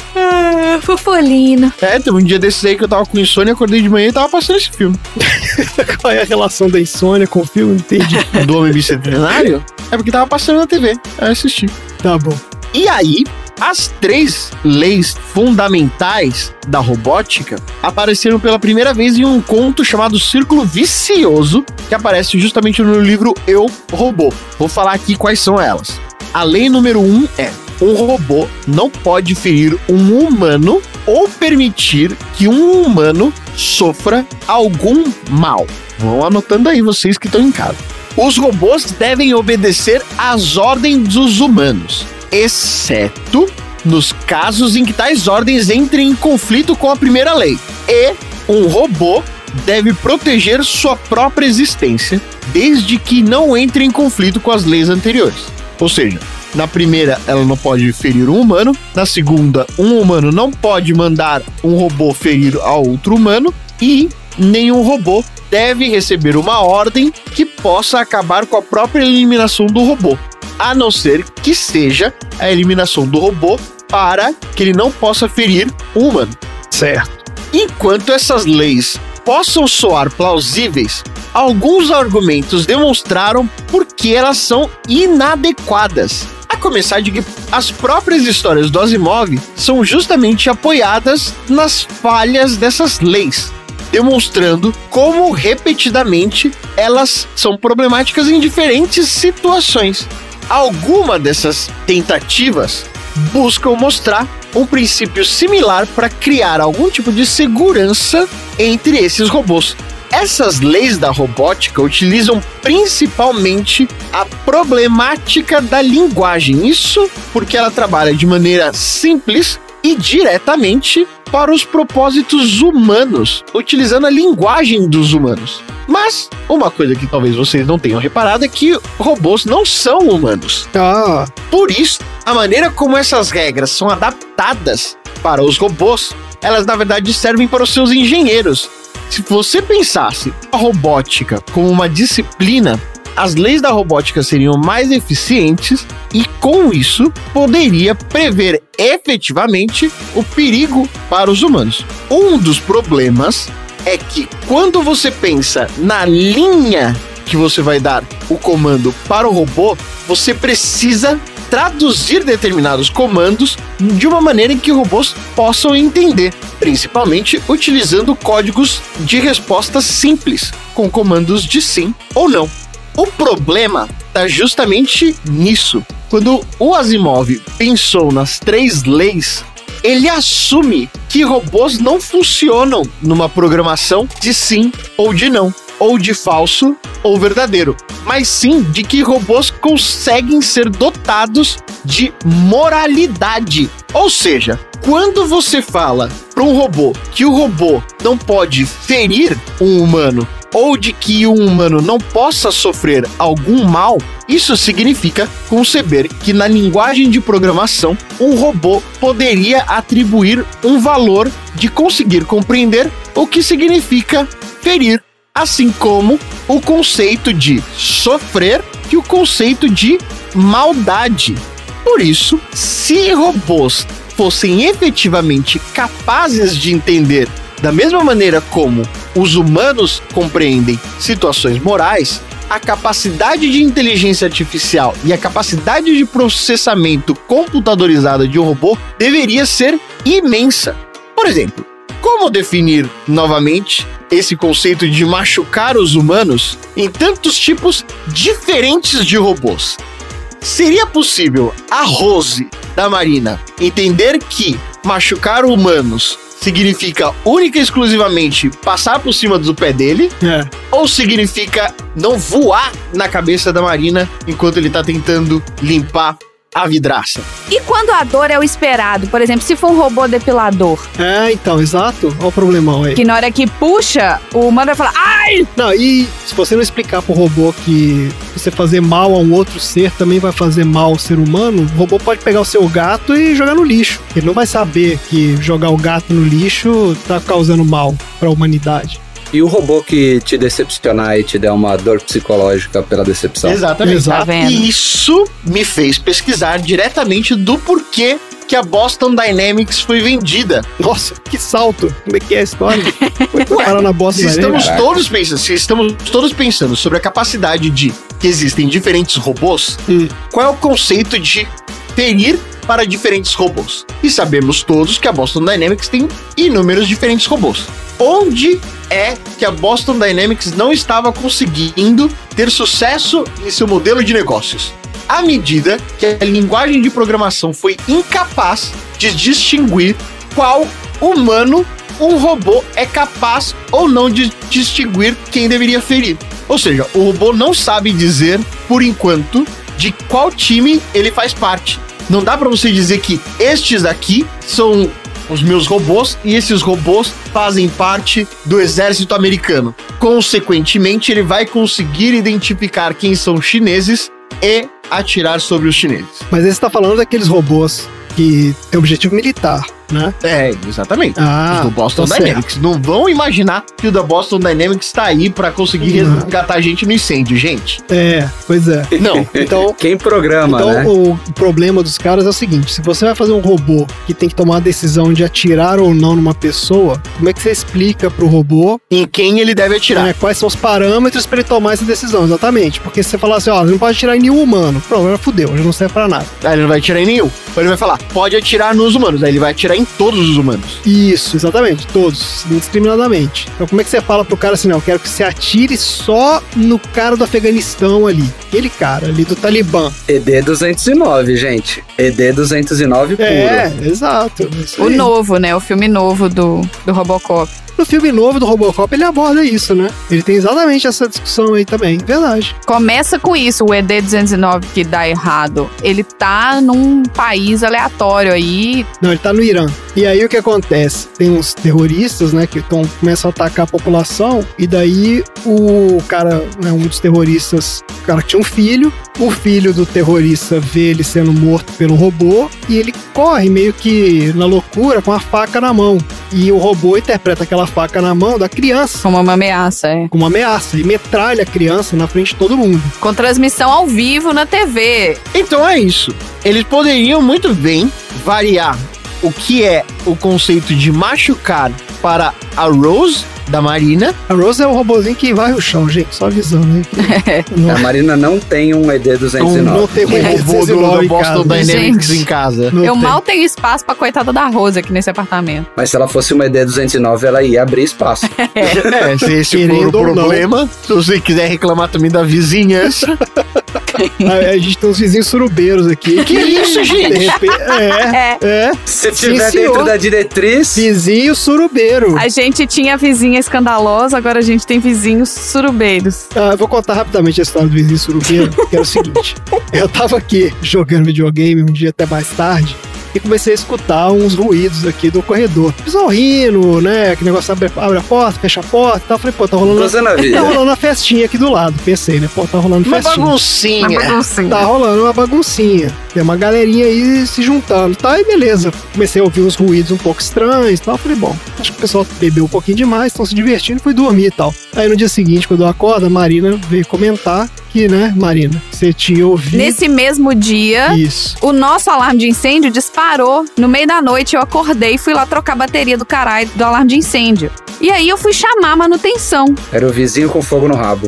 Fofolino. É, teve um dia desses aí que eu tava com insônia, acordei de manhã e tava passando esse filme. Qual é a relação da insônia com o filme? Entendi. Do Homem Bicentenário? É porque tava passando na TV, aí eu assisti. Tá bom. E aí, as 3 leis fundamentais da robótica apareceram pela primeira vez em um conto chamado Círculo Vicioso, que aparece justamente no livro Eu, Robô. Vou falar aqui quais são elas. A lei número 1 é: um robô não pode ferir um humano ou permitir que um humano sofra algum mal. Vão anotando aí vocês que estão em casa. Os robôs devem obedecer às ordens dos humanos, exceto nos casos em que tais ordens entrem em conflito com a primeira lei. E um robô deve proteger sua própria existência, desde que não entre em conflito com as leis anteriores. Ou seja, na primeira ela não pode ferir um humano, na segunda um humano não pode mandar um robô ferir a outro humano e nenhum robô deve receber uma ordem que possa acabar com a própria eliminação do robô, a não ser que seja a eliminação do robô para que ele não possa ferir um humano. Certo. Enquanto essas leis possam soar plausíveis, alguns argumentos demonstraram por que elas são inadequadas. A começar de que as próprias histórias do Asimov são justamente apoiadas nas falhas dessas leis, demonstrando como repetidamente elas são problemáticas em diferentes situações. Alguma dessas tentativas buscam mostrar um princípio similar para criar algum tipo de segurança entre esses robôs. Essas leis da robótica utilizam principalmente a problemática da linguagem. Isso porque ela trabalha de maneira simples e diretamente para os propósitos humanos, utilizando a linguagem dos humanos. Mas uma coisa que talvez vocês não tenham reparado é que robôs não são humanos. Por isso, a maneira como essas regras são adaptadas para os robôs, elas na verdade servem para os seus engenheiros. Se você pensasse a robótica como uma disciplina, as leis da robótica seriam mais eficientes e, com isso, poderia prever efetivamente o perigo para os humanos. Um dos problemas é que, quando você pensa na linha que você vai dar o comando para o robô, você precisa traduzir determinados comandos de uma maneira em que robôs possam entender, principalmente utilizando códigos de resposta simples, com comandos de sim ou não. O problema está justamente nisso. Quando o Asimov pensou nas 3 leis, ele assume que robôs não funcionam numa programação de sim ou de não, ou de falso ou verdadeiro, mas sim de que robôs conseguem ser dotados de moralidade. Ou seja, quando você fala para um robô que o robô não pode ferir um humano, ou de que um humano não possa sofrer algum mal, isso significa conceber que na linguagem de programação, um robô poderia atribuir um valor de conseguir compreender o que significa ferir, assim como o conceito de sofrer e o conceito de maldade. Por isso, se robôs fossem efetivamente capazes de entender da mesma maneira como os humanos compreendem situações morais, a capacidade de inteligência artificial e a capacidade de processamento computadorizada de um robô deveria ser imensa. Por exemplo, como definir novamente esse conceito de machucar os humanos em tantos tipos diferentes de robôs? Seria possível a Rose da Marina entender que machucar humanos significa única e exclusivamente passar por cima do pé dele? Ou significa não voar na cabeça da Marina enquanto ele tá tentando limpar a vidraça? E quando a dor é o esperado? Por exemplo, se for um robô depilador. Então, exato. Olha o problemão aí. Que na hora que puxa, o humano vai falar, ai! Não, e se você não explicar pro robô que você fazer mal a um outro ser também vai fazer mal ao ser humano, o robô pode pegar o seu gato e jogar no lixo. Ele não vai saber que jogar o gato no lixo tá causando mal pra humanidade. E o robô que te decepcionar e te der uma dor psicológica pela decepção. Exatamente. E isso me fez pesquisar diretamente do porquê que a Boston Dynamics foi vendida. Nossa, que salto! Como é que é a história? Foi parar na Boston Dynamics. Se estamos todos pensando sobre a capacidade de que existem diferentes robôs, qual é o conceito de ferir para diferentes robôs? E sabemos todos que a Boston Dynamics tem inúmeros diferentes robôs. Onde é que a Boston Dynamics não estava conseguindo ter sucesso em seu modelo de negócios? À medida que a linguagem de programação foi incapaz de distinguir qual humano um robô é capaz ou não de distinguir quem deveria ferir. Ou seja, o robô não sabe dizer, por enquanto, de qual time ele faz parte. Não dá pra você dizer que estes aqui são os meus robôs e esses robôs fazem parte do exército americano. Consequentemente, ele vai conseguir identificar quem são chineses e atirar sobre os chineses. Mas você tá falando daqueles robôs que tem objetivo militar, né? Exatamente. Os do Boston Dynamics. Não vão imaginar que o da Boston Dynamics tá aí pra conseguir resgatar a gente no incêndio, gente. Pois é. Não. Então, quem programa, então, né? O problema dos caras é o seguinte, se você vai fazer um robô que tem que tomar a decisão de atirar ou não numa pessoa, como é que você explica pro robô em quem ele deve atirar? Quais são os parâmetros pra ele tomar essa decisão, exatamente. Porque se você falar assim, você não pode atirar em nenhum humano, pronto, já fudeu, já não serve pra nada. Aí ele não vai atirar em nenhum. Ele vai falar, pode atirar nos humanos. Aí ele vai atirar em todos os humanos. Isso, exatamente, todos, indiscriminadamente. Então como é que você fala pro cara assim, não, eu quero que você atire só no cara do Afeganistão ali, aquele cara ali do Talibã. ED-209, gente. ED-209 puro. Exato. O novo, né? O filme novo do Robocop. No filme novo do Robocop, ele aborda isso, né? Ele tem exatamente essa discussão aí também, verdade. Começa com isso, o ED-209 que dá errado. Ele tá num país aleatório aí. Não, ele tá no Irã. E aí o que acontece? Tem uns terroristas, né, que começam a atacar a população, e daí o cara, um dos terroristas, o cara tinha um filho, O filho do terrorista vê ele sendo morto pelo robô e ele corre meio que na loucura com a faca na mão. E o robô interpreta aquela faca na mão da criança. Como uma ameaça, é. Como uma ameaça. E metralha a criança na frente de todo mundo. Com transmissão ao vivo na TV. Então é isso. Eles poderiam muito bem variar o que é o conceito de machucar para a Rose da Marina. A Rose é o robozinho que varre o chão, gente. Só avisando aí. A Marina não tem um ED209. Não tem um robô do Boston Dynamics Gente, em casa. Eu mal tenho espaço pra coitada da Rose aqui nesse apartamento. Mas se ela fosse uma ED209, ela ia abrir espaço. Se esse for o problema, se você quiser reclamar também da vizinhança. A gente tem uns vizinhos surubeiros aqui. Que isso, gente? De repente, Se tiver dentro da diretriz. Vizinho surubeiro. A gente tinha vizinha escandalosa, agora a gente tem vizinhos surubeiros. Eu vou contar rapidamente a história do vizinho surubeiro, que é o seguinte. Eu tava aqui jogando videogame um dia até mais tarde e comecei a escutar uns ruídos aqui do corredor. Pessoal rindo, né? Que negócio abre a porta, fecha a porta e tal. Falei, pô, tá rolando uma festinha aqui do lado. Pensei, né? Pô, tá rolando Uma festinha. baguncinha. Tá rolando uma baguncinha. Tem uma galerinha aí se juntando, tá? E beleza. Comecei a ouvir uns ruídos um pouco estranhos e tal. Falei, bom, acho que o pessoal bebeu um pouquinho demais, estão se divertindo, fui dormir e tal. Aí no dia seguinte, quando eu acordo, a Marina veio comentar que, né, Marina, você tinha ouvido... Nesse mesmo dia, o nosso alarme de incêndio disparou. No meio da noite, eu acordei e fui lá trocar a bateria do caralho do alarme de incêndio. E aí eu fui chamar a manutenção. Era o vizinho com fogo no rabo.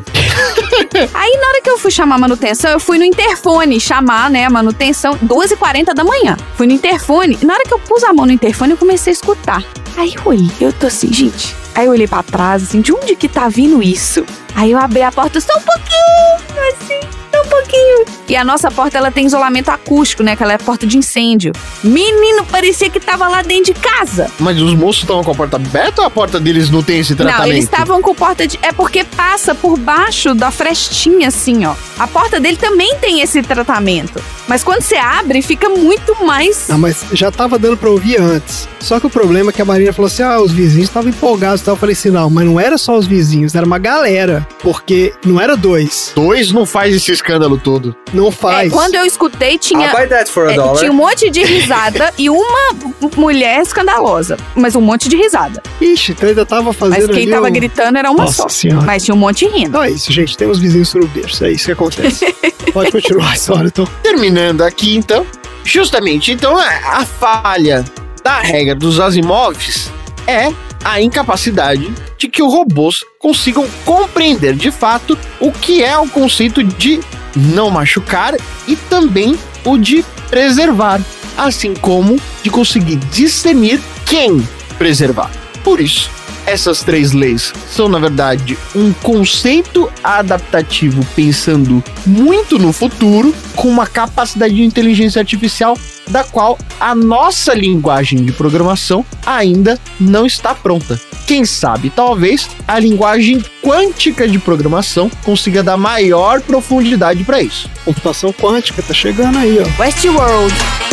Aí na hora que eu fui chamar a manutenção, eu fui no interfone chamar, né, a manutenção, 2h40 da manhã. Fui no interfone, e na hora que eu pus a mão no interfone, eu comecei a escutar. Aí eu olhei, eu tô assim, gente... Aí eu olhei pra trás, assim, de onde que tá vindo isso? Aí eu abri a porta só um pouquinho, assim, só um pouquinho. E a nossa porta, ela tem isolamento acústico, né? Que ela é a porta de incêndio. Menino, parecia que tava lá dentro de casa. Mas os moços estavam com a porta aberta ou a porta deles não tem esse tratamento? Não, eles estavam com porta de... É porque passa por baixo da frestinha, assim, ó. A porta dele também tem esse tratamento. Mas quando você abre, fica muito mais... Não, mas já tava dando pra ouvir antes. Só que o problema é que a Marina falou assim, os vizinhos estavam empolgados e tal. Eu falei assim, não, mas não era só os vizinhos, era uma galera. Porque não era dois. Dois não faz esse escândalo todo. Não faz. Quando eu escutei, tinha... I'll buy that for $1. Tinha um monte de risada e uma mulher escandalosa. Mas um monte de risada. Ixi, então ainda tava fazendo... Mas quem tava gritando era uma Nossa só. Senhora. Mas tinha um monte rindo. Então é isso, gente. Tem uns vizinhos surubeiros. É isso que acontece. Pode continuar a história, então. Terminando aqui, então. Justamente, então, a falha da regra dos Asimovs é a incapacidade de que os robôs consigam compreender de fato o que é o conceito de não machucar e também o de preservar, assim como de conseguir discernir quem preservar. Por isso, essas três leis são, na verdade, um conceito adaptativo pensando muito no futuro, com uma capacidade de inteligência artificial da qual a nossa linguagem de programação ainda não está pronta. Quem sabe, talvez, a linguagem quântica de programação consiga dar maior profundidade para isso. Computação quântica tá chegando aí, ó. Westworld.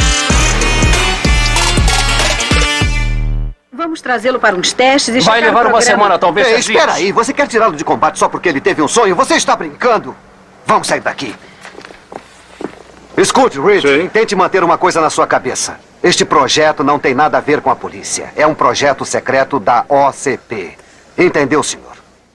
Vamos trazê-lo para uns testes e Vai checar levar o uma programa. semana, talvez 6 dias. Espera aí, você quer tirá-lo de combate só porque ele teve um sonho? Você está brincando? Vamos sair daqui. Escute, Reed, tente manter uma coisa na sua cabeça. Este projeto não tem nada a ver com a polícia. É um projeto secreto da OCP. Entendeu, senhor?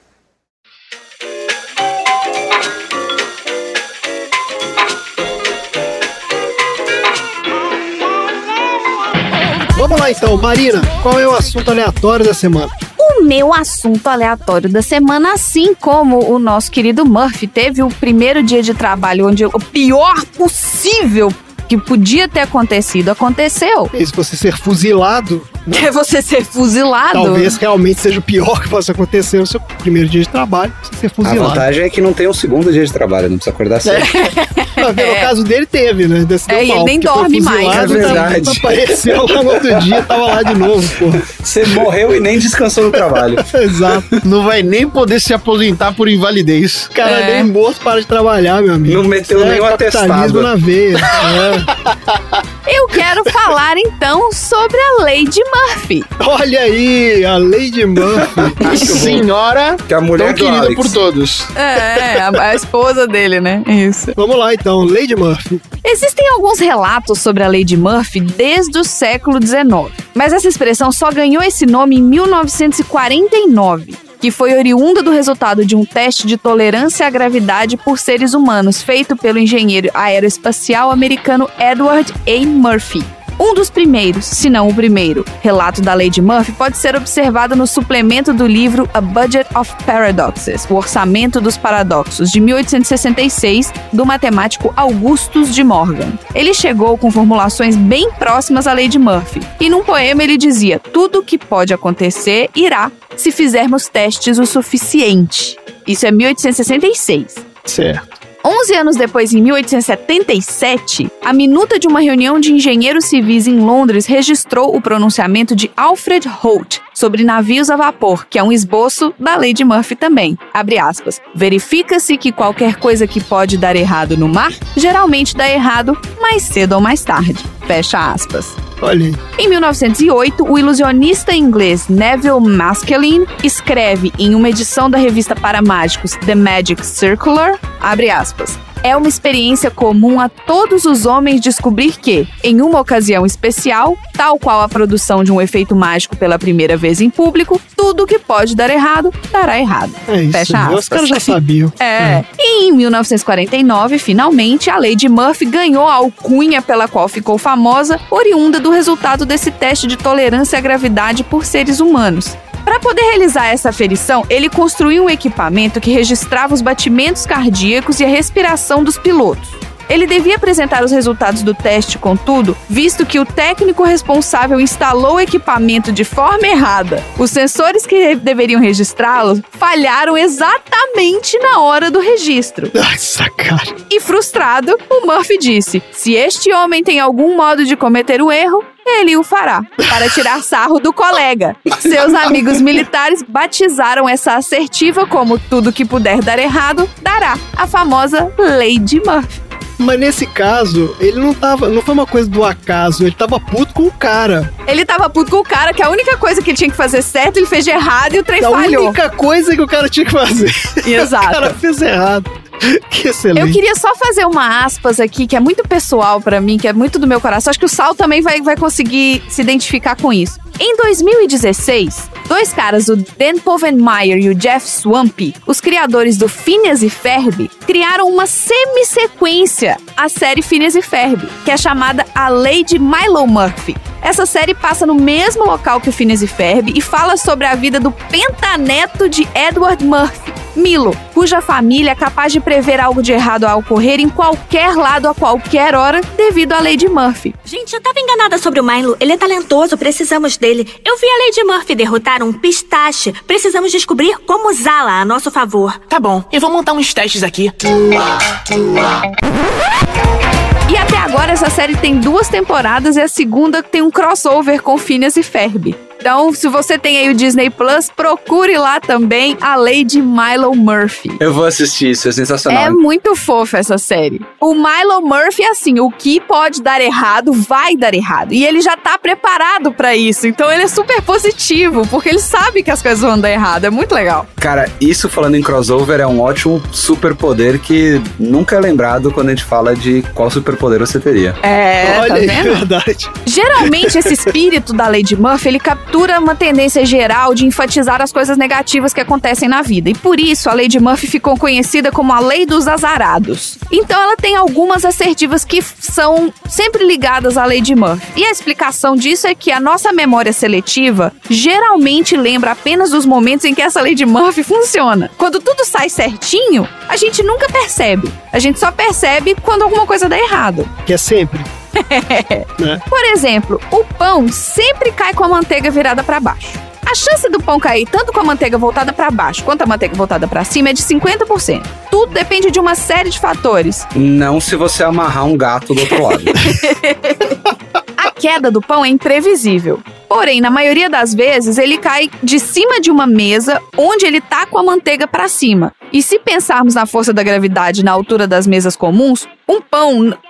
Vamos lá então, Marina, qual é o assunto aleatório da semana? O meu assunto aleatório da semana, assim como o nosso querido Murphy teve o primeiro dia de trabalho onde o pior possível que podia ter acontecido, aconteceu. E se você ser fuzilado... É você ser fuzilado? Talvez realmente seja o pior que possa acontecer no seu primeiro dia de trabalho, você ser fuzilado. A vantagem é que não tem um segundo dia de trabalho, não precisa acordar cedo. No caso dele teve, né? Ele nem dorme mais. É verdade. Apareceu lá no outro dia, tava lá de novo, pô. Você morreu e nem descansou no trabalho. Exato. Não vai nem poder se aposentar por invalidez. Cara, nem morto para de trabalhar, meu amigo. Não meteu nem o capitalismo atestado. na veia. Eu quero falar então sobre a lei de Murphy. Olha aí, a lei de Murphy. Senhora, que é a mulher tão do querida Alex. por todos. A esposa dele, né? Isso. Vamos lá então, lei de Murphy. Existem alguns relatos sobre a lei de Murphy desde o século XIX, mas essa expressão só ganhou esse nome em 1949, que foi oriunda do resultado de um teste de tolerância à gravidade por seres humanos feito pelo engenheiro aeroespacial americano Edward A. Murphy. Um dos primeiros, se não o primeiro, relato da lei de Murphy pode ser observado no suplemento do livro A Budget of Paradoxes, o Orçamento dos Paradoxos, de 1866, do matemático Augustus de Morgan. Ele chegou com formulações bem próximas à lei de Murphy, e num poema ele dizia: tudo o que pode acontecer irá, se fizermos testes o suficiente. Isso é 1866. Certo. 11 anos depois, em 1877, a minuta de uma reunião de engenheiros civis em Londres registrou o pronunciamento de Alfred Holt sobre navios a vapor, que é um esboço da lei de Murphy também. Abre aspas. Verifica-se que qualquer coisa que pode dar errado no mar, geralmente dá errado mais cedo ou mais tarde. Fecha aspas. Olha. Em 1908, o ilusionista inglês Neville Maskelyne escreve em uma edição da revista para mágicos The Magic Circular, abre aspas, é uma experiência comum a todos os homens descobrir que, em uma ocasião especial, tal qual a produção de um efeito mágico pela primeira vez em público, tudo que pode dar errado, dará errado. É isso, fecha aspas. Os caras já sabiam. E em 1949, finalmente, a lei de Murphy ganhou a alcunha pela qual ficou famosa, oriunda do resultado desse teste de tolerância à gravidade por seres humanos. Para poder realizar essa aferição, ele construiu um equipamento que registrava os batimentos cardíacos e a respiração dos pilotos. Ele devia apresentar os resultados do teste, contudo, visto que o técnico responsável instalou o equipamento de forma errada. Os sensores que deveriam registrá-lo falharam exatamente na hora do registro. Ai, sacanagem. E frustrado, o Murphy disse: se este homem tem algum modo de cometer o erro, ele o fará, para tirar sarro do colega. Seus amigos militares batizaram essa assertiva como tudo que puder dar errado, dará. A famosa lei de Murphy. Mas nesse caso, ele não foi uma coisa do acaso, ele tava puto com o cara. Ele tava puto com o cara, que a única coisa que ele tinha que fazer certo, ele fez de errado e o trem falhou. A única coisa que o cara tinha que fazer. Exato. O cara fez errado. Que excelente. Eu queria só fazer uma aspas aqui, que é muito pessoal pra mim, que é muito do meu coração. Acho que o Sal também vai conseguir se identificar com isso. Em 2016, dois caras, o Dan Povenmire e o Jeff Swampy, os criadores do Phineas e Ferb, criaram uma semi-sequência à série Phineas e Ferb, que é chamada A Lei de Milo Murphy. Essa série passa no mesmo local que o Phineas e Ferb e fala sobre a vida do pentaneto de Edward Murphy, Milo, cuja família é capaz de prever algo de errado a ocorrer em qualquer lado a qualquer hora devido à lei de Murphy. Gente, eu tava enganada sobre o Milo. Ele é talentoso, precisamos dele. Eu vi a lei de Murphy derrotar um pistache. Precisamos descobrir como usá-la a nosso favor. Tá bom, eu vou montar uns testes aqui. E até agora essa série tem 2 temporadas e a segunda tem um crossover com Phineas e Ferb. Então, se você tem aí o Disney Plus, procure lá também a lei de Milo Murphy. Eu vou assistir, isso é sensacional. É muito fofa essa série. O Milo Murphy é assim, o que pode dar errado, vai dar errado. E ele já tá preparado pra isso. Então ele é super positivo, porque ele sabe que as coisas vão dar errado. É muito legal. Cara, isso falando em crossover é um ótimo superpoder que nunca é lembrado quando a gente fala de qual superpoder você teria. Olha, Tá é vendo? verdade. Geralmente esse espírito da lei de Murphy, ele captura uma tendência geral de enfatizar as coisas negativas que acontecem na vida. E por isso a lei de Murphy ficou conhecida como a lei dos azarados. Então ela tem algumas assertivas que são sempre ligadas à lei de Murphy. E a explicação disso é que a nossa memória seletiva geralmente lembra apenas dos momentos em que essa lei de Murphy funciona. Quando tudo sai certinho, a gente nunca percebe. A gente só percebe quando alguma coisa dá errado. Que é sempre. Né? Por exemplo, o pão sempre cai com a manteiga virada para baixo. A chance do pão cair tanto com a manteiga voltada para baixo quanto a manteiga voltada para cima é de 50%. Tudo depende de uma série de fatores. Não se você amarrar um gato do outro lado. A queda do pão é imprevisível. Porém, na maioria das vezes, ele cai de cima de uma mesa onde ele tá com a manteiga para cima. E se pensarmos na força da gravidade na altura das mesas comuns, um pão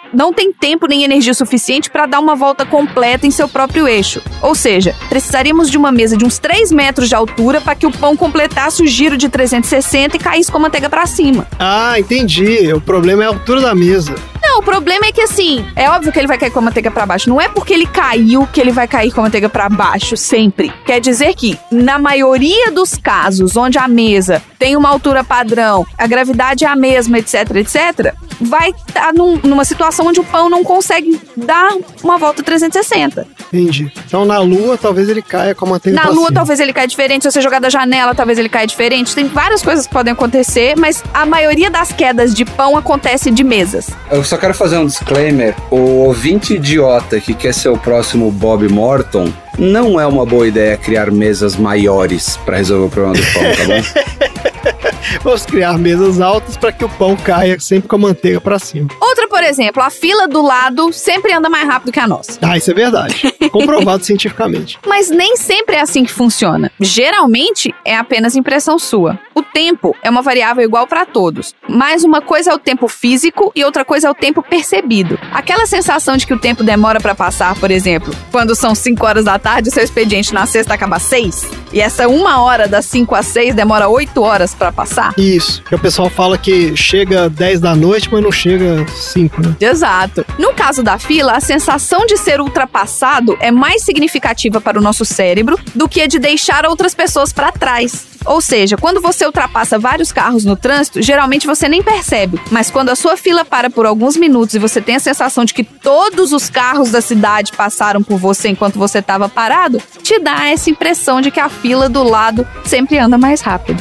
não tem tempo nem energia suficiente para dar uma volta completa em seu próprio eixo. Ou seja, precisaríamos de uma mesa de uns 3 metros de altura para que o pão completasse o giro de 360 e caísse com a manteiga para cima. Ah, entendi. O problema é a altura da mesa. Não, o problema é que assim, é óbvio que ele vai cair com a manteiga pra baixo. Não é porque ele caiu que ele vai cair com a manteiga pra baixo, sempre. Quer dizer que, na maioria dos casos onde a mesa tem uma altura padrão, a gravidade é a mesma, etc, etc, vai estar numa situação onde o pão não consegue dar uma volta 360. Entendi. Então na Lua, talvez ele caia com a manteiga pra Na Lua, cima. talvez ele caia diferente. Se você jogar da janela, talvez ele caia diferente. Tem várias coisas que podem acontecer, mas a maioria das quedas de pão acontece de mesas. Eu só quero fazer um disclaimer. O ouvinte idiota que quer ser o próximo Bob Morton, não é uma boa ideia criar mesas maiores pra resolver o problema do pão, tá bom? Vamos criar mesas altas para que o pão caia sempre com a manteiga para cima. Outra, por exemplo, a fila do lado sempre anda mais rápido que a nossa. Ah, isso é verdade. Comprovado cientificamente. Mas nem sempre é assim que funciona. Geralmente é apenas impressão sua. O tempo é uma variável igual para todos. Mas uma coisa é o tempo físico e outra coisa é o tempo percebido. Aquela sensação de que o tempo demora para passar, por exemplo, quando são 5 horas da tarde, seu expediente na sexta acaba às 6, e essa 1 hora das 5 às 6 demora 8 horas para passar. Isso, que o pessoal fala que chega 10 da noite, mas não chega 5, né? Exato. No caso da fila, a sensação de ser ultrapassado é mais significativa para o nosso cérebro do que a de deixar outras pessoas para trás. Ou seja, quando você ultrapassa vários carros no trânsito, geralmente você nem percebe. Mas quando a sua fila para por alguns minutos e você tem a sensação de que todos os carros da cidade passaram por você enquanto você estava parado, te dá essa impressão de que a fila do lado sempre anda mais rápido.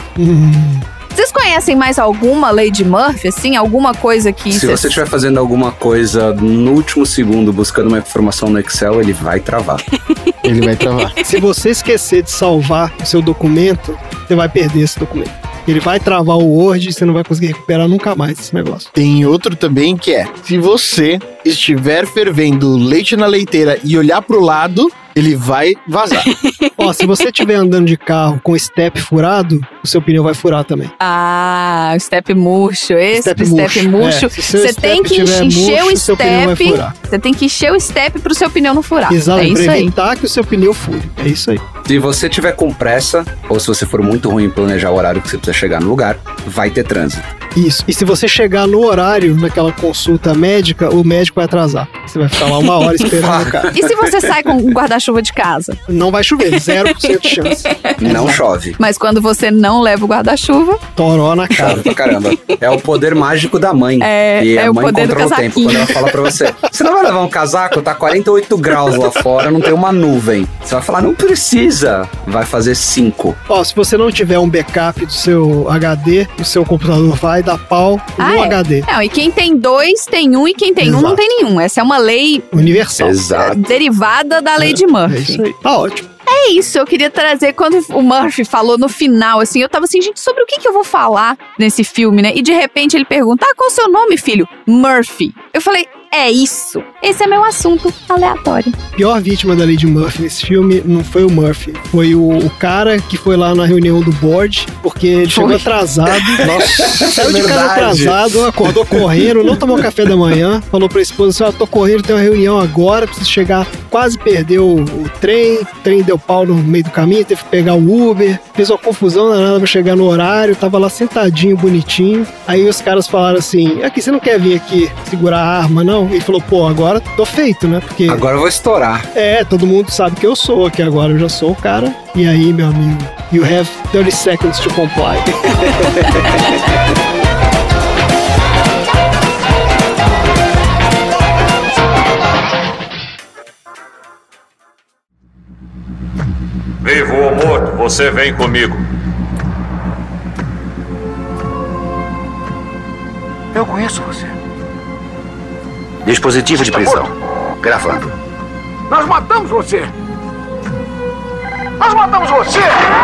Vocês conhecem mais alguma lei de Murphy, assim? Alguma coisa que... Se você estiver fazendo alguma coisa no último segundo buscando uma informação no Excel, ele vai travar. Ele vai travar. Se você esquecer de salvar o seu documento, você vai perder esse documento. Ele vai travar o Word e você não vai conseguir recuperar nunca mais esse negócio. Tem outro também que é, se você estiver fervendo leite na leiteira e olhar pro lado, ele vai vazar. Ó, se você estiver andando de carro com step furado, o seu pneu vai furar também. Ah, o step murcho. Esse step murcho. É, você tem que encher o step. Você tem que encher o step pro seu pneu não furar. Exato, é isso pra aí. evitar que o seu pneu fure. É isso aí. Se você tiver com pressa, ou se você for muito ruim em planejar o horário que você precisa chegar no lugar, vai ter trânsito. Isso. E se você chegar no horário, naquela consulta médica, o médico vai atrasar. Você vai ficar lá 1 hora esperando o cara. E se você sai com um guarda-chuva de casa? Não vai chover, 0% de chance. Não chove. Mas quando você não leva o guarda-chuva... Toró na cara. Chove pra caramba. É o poder mágico da mãe. E a o mãe poder do controla o tempo. casaquinho. Quando ela fala pra você, você não vai levar um casaco? Tá 48 graus lá fora, não tem uma nuvem. Você vai falar, não precisa. Vai fazer 5. Ó, se você não tiver um backup do seu HD, o seu computador vai dar pau no HD. Não, e quem tem 2 tem 1 e quem tem 1 não tem nenhum. Essa é uma lei universal. Exato. Derivada da lei de Murphy. É isso aí. Tá ótimo. É isso, eu queria trazer, quando o Murphy falou no final, assim, eu tava assim, gente, sobre o que eu vou falar nesse filme, né? E de repente ele pergunta, qual é o seu nome, filho? Murphy. Eu falei, é isso. Esse é meu assunto aleatório. A pior vítima da lei de Murphy nesse filme não foi o Murphy, foi o cara que foi lá na reunião do board, porque ele chegou atrasado. Nossa, saiu de casa atrasado, acordou correndo, não tomou café da manhã, falou pra esposa assim, tô correndo, tem uma reunião agora, preciso chegar, quase perdeu o trem deu pau no meio do caminho, teve que pegar o Uber, fez uma confusão danada pra chegar no horário, tava lá sentadinho, bonitinho. Aí os caras falaram assim, aqui, você não quer vir aqui segurar a arma, não? Ele falou, pô, agora tô feito, né? Porque agora eu vou estourar. É, todo mundo sabe que eu sou, que agora eu já sou o cara. E aí, meu amigo, you have 30 seconds to comply. Vivo ou morto, você vem comigo. Eu conheço você. Dispositivo de prisão. Gravando. Nós matamos você! Nós matamos você!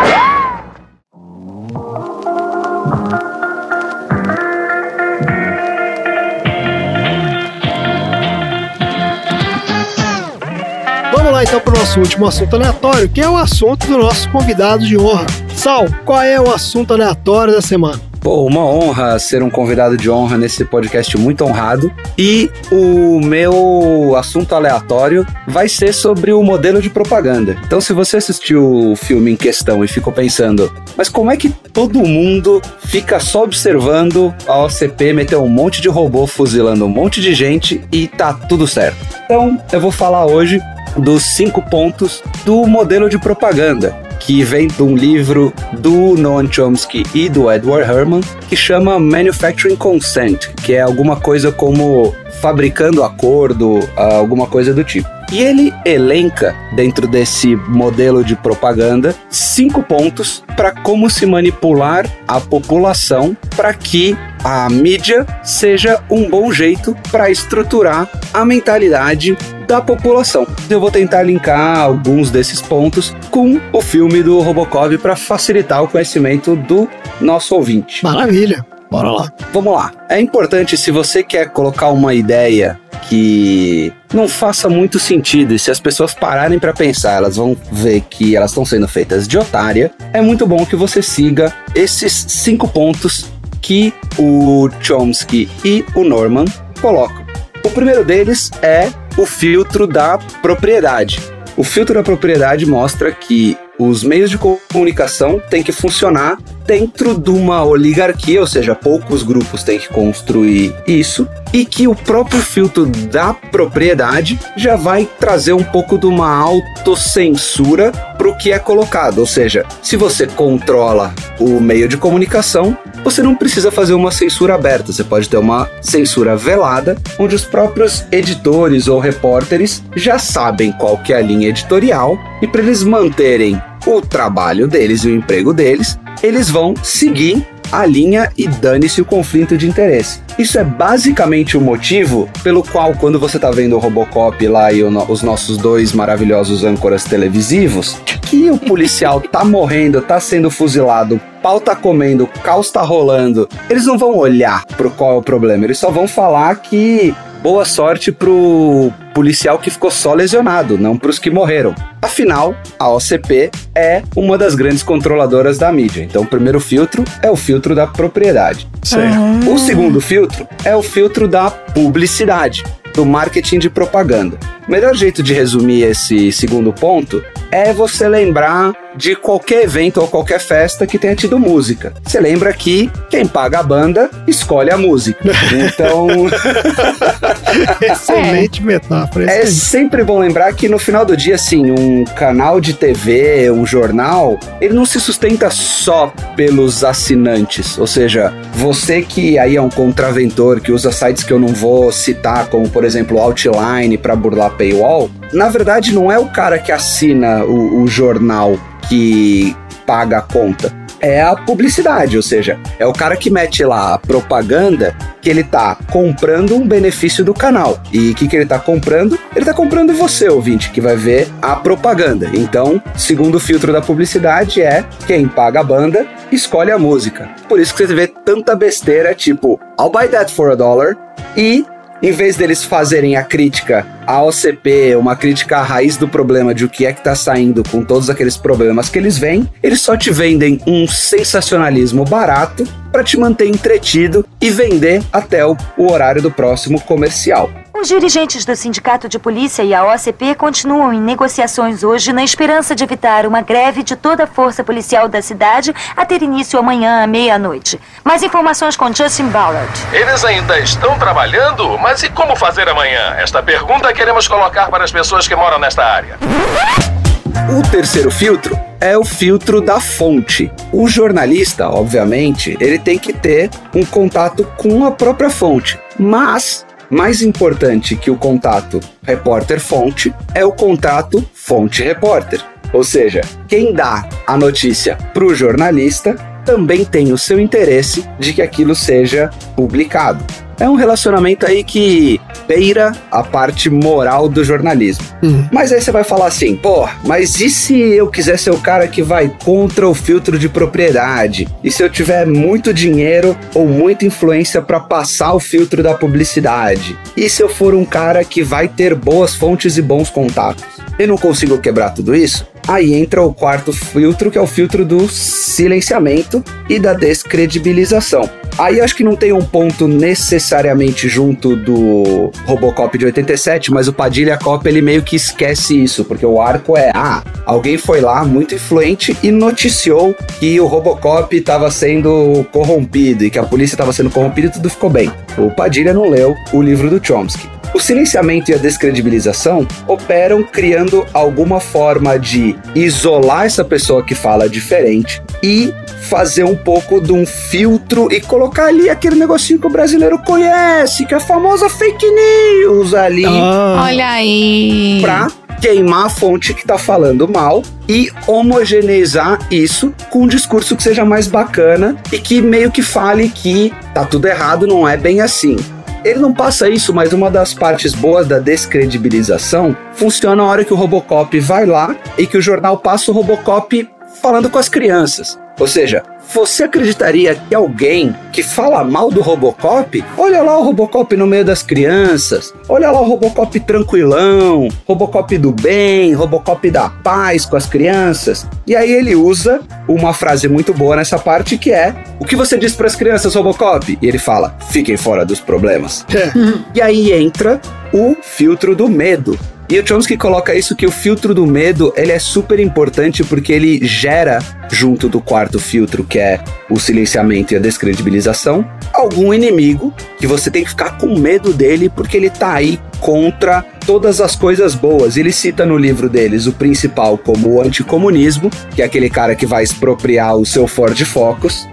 Vamos lá então para o nosso último assunto aleatório, que é o assunto do nosso convidado de honra. Sal, qual é o assunto aleatório da semana? Pô, uma honra ser um convidado de honra nesse podcast muito honrado. E o meu assunto aleatório vai ser sobre o modelo de propaganda. Então, se você assistiu o filme em questão e ficou pensando, mas como é que todo mundo fica só observando a OCP meter um monte de robô fuzilando um monte de gente e tá tudo certo? Então, eu vou falar hoje dos 5 pontos do modelo de propaganda, que vem de um livro do Noam Chomsky e do Edward Herman, que chama Manufacturing Consent, que é alguma coisa como fabricando acordo, alguma coisa do tipo. E ele elenca, dentro desse modelo de propaganda, 5 pontos para como se manipular a população para que a mídia seja um bom jeito para estruturar a mentalidade da população. Eu vou tentar linkar alguns desses pontos com o filme do Robocop para facilitar o conhecimento do nosso ouvinte. Maravilha! Bora lá. Vamos lá. É importante, se você quer colocar uma ideia que não faça muito sentido, e se as pessoas pararem para pensar, elas vão ver que elas estão sendo feitas de otária, é muito bom que você siga esses 5 pontos que o Chomsky e o Norman colocam. O primeiro deles é o filtro da propriedade. O filtro da propriedade mostra que os meios de comunicação têm que funcionar dentro de uma oligarquia, ou seja, poucos grupos têm que construir isso, e que o próprio filtro da propriedade já vai trazer um pouco de uma autocensura para o que é colocado. Ou seja, se você controla o meio de comunicação, você não precisa fazer uma censura aberta, você pode ter uma censura velada, onde os próprios editores ou repórteres já sabem qual que é a linha editorial, e para eles manterem o trabalho deles e o emprego deles, eles vão seguir a linha e dane-se o conflito de interesse. Isso é basicamente o motivo pelo qual, quando você tá vendo o Robocop lá e os nossos 2 maravilhosos âncoras televisivos, que o policial tá morrendo, tá sendo fuzilado, o pau tá comendo, o caos tá rolando, eles não vão olhar pro qual é o problema, eles só vão falar que boa sorte pro policial que ficou só lesionado, não pros que morreram. Afinal, a OCP é uma das grandes controladoras da mídia. Então, o primeiro filtro é o filtro da propriedade. Certo. O segundo filtro é o filtro da publicidade, do marketing de propaganda. O melhor jeito de resumir esse segundo ponto é você lembrar de qualquer evento ou qualquer festa que tenha tido música. Você lembra que quem paga a banda escolhe a música. Então... Excelente metáfora. É sempre bom lembrar que no final do dia, assim, um canal de TV, um jornal, ele não se sustenta só pelos assinantes. Ou seja, você que aí é um contraventor, que usa sites que eu não vou citar, como por exemplo Outline para burlar paywall, na verdade não é o cara que assina o jornal que paga a conta, é a publicidade, ou seja, é o cara que mete lá a propaganda que ele tá comprando um benefício do canal. E o que ele tá comprando? Ele tá comprando você, ouvinte, que vai ver a propaganda. Então, segundo o filtro da publicidade, é quem paga a banda escolhe a música. Por isso que você vê tanta besteira, tipo, I'll buy that for $1, e em vez deles fazerem a crítica à OCP, uma crítica à raiz do problema de o que é que tá saindo com todos aqueles problemas que eles veem, eles só te vendem um sensacionalismo barato para te manter entretido e vender até o horário do próximo comercial. Os dirigentes do Sindicato de Polícia e a OCP continuam em negociações hoje na esperança de evitar uma greve de toda a força policial da cidade a ter início amanhã à meia-noite. Mais informações com Justin Ballard. Eles ainda estão trabalhando? Mas e como fazer amanhã? Esta pergunta queremos colocar para as pessoas que moram nesta área. O terceiro filtro é o filtro da fonte. O jornalista, obviamente, ele tem que ter um contato com a própria fonte, mas mais importante que o contato repórter-fonte é o contato fonte-repórter. Ou seja, quem dá a notícia para o jornalista também tem o seu interesse de que aquilo seja publicado. É um relacionamento aí que beira a parte moral do jornalismo. Mas aí você vai falar assim, pô, mas e se eu quiser ser o cara que vai contra o filtro de propriedade? E se eu tiver muito dinheiro ou muita influência para passar o filtro da publicidade? E se eu for um cara que vai ter boas fontes e bons contatos? Eu não consigo quebrar tudo isso? Aí entra o quarto filtro, que é o filtro do silenciamento e da descredibilização. Aí acho que não tem um ponto necessariamente junto do Robocop de 87, mas o Padilha Cop ele meio que esquece isso, porque o arco é, alguém foi lá muito influente e noticiou que o Robocop estava sendo corrompido e que a polícia estava sendo corrompida e tudo ficou bem. O Padilha não leu o livro do Chomsky. O silenciamento e a descredibilização operam criando alguma forma de isolar essa pessoa que fala diferente e fazer um pouco de um filtro e colocar ali aquele negocinho que o brasileiro conhece, que é a famosa fake news ali. Olha aí. Pra queimar a fonte que tá falando mal e homogeneizar isso com um discurso que seja mais bacana e que meio que fale que tá tudo errado, não é bem assim. Ele não passa isso, mas uma das partes boas da descredibilização funciona na hora que o Robocop vai lá e que o jornal passa o Robocop falando com as crianças. Ou seja, você acreditaria que alguém que fala mal do Robocop, olha lá o Robocop no meio das crianças, olha lá o Robocop tranquilão, Robocop do bem, Robocop da paz com as crianças. E aí ele usa uma frase muito boa nessa parte que é: o que você diz para as crianças, Robocop? E ele fala: fiquem fora dos problemas. E aí entra o filtro do medo. E o Chomsky coloca isso, que o filtro do medo, ele é super importante porque ele gera, junto do quarto filtro, que é o silenciamento e a descredibilização, algum inimigo que você tem que ficar com medo dele porque ele tá aí contra todas as coisas boas. Ele cita no livro deles o principal como o anticomunismo, que é aquele cara que vai expropriar o seu Ford Focus.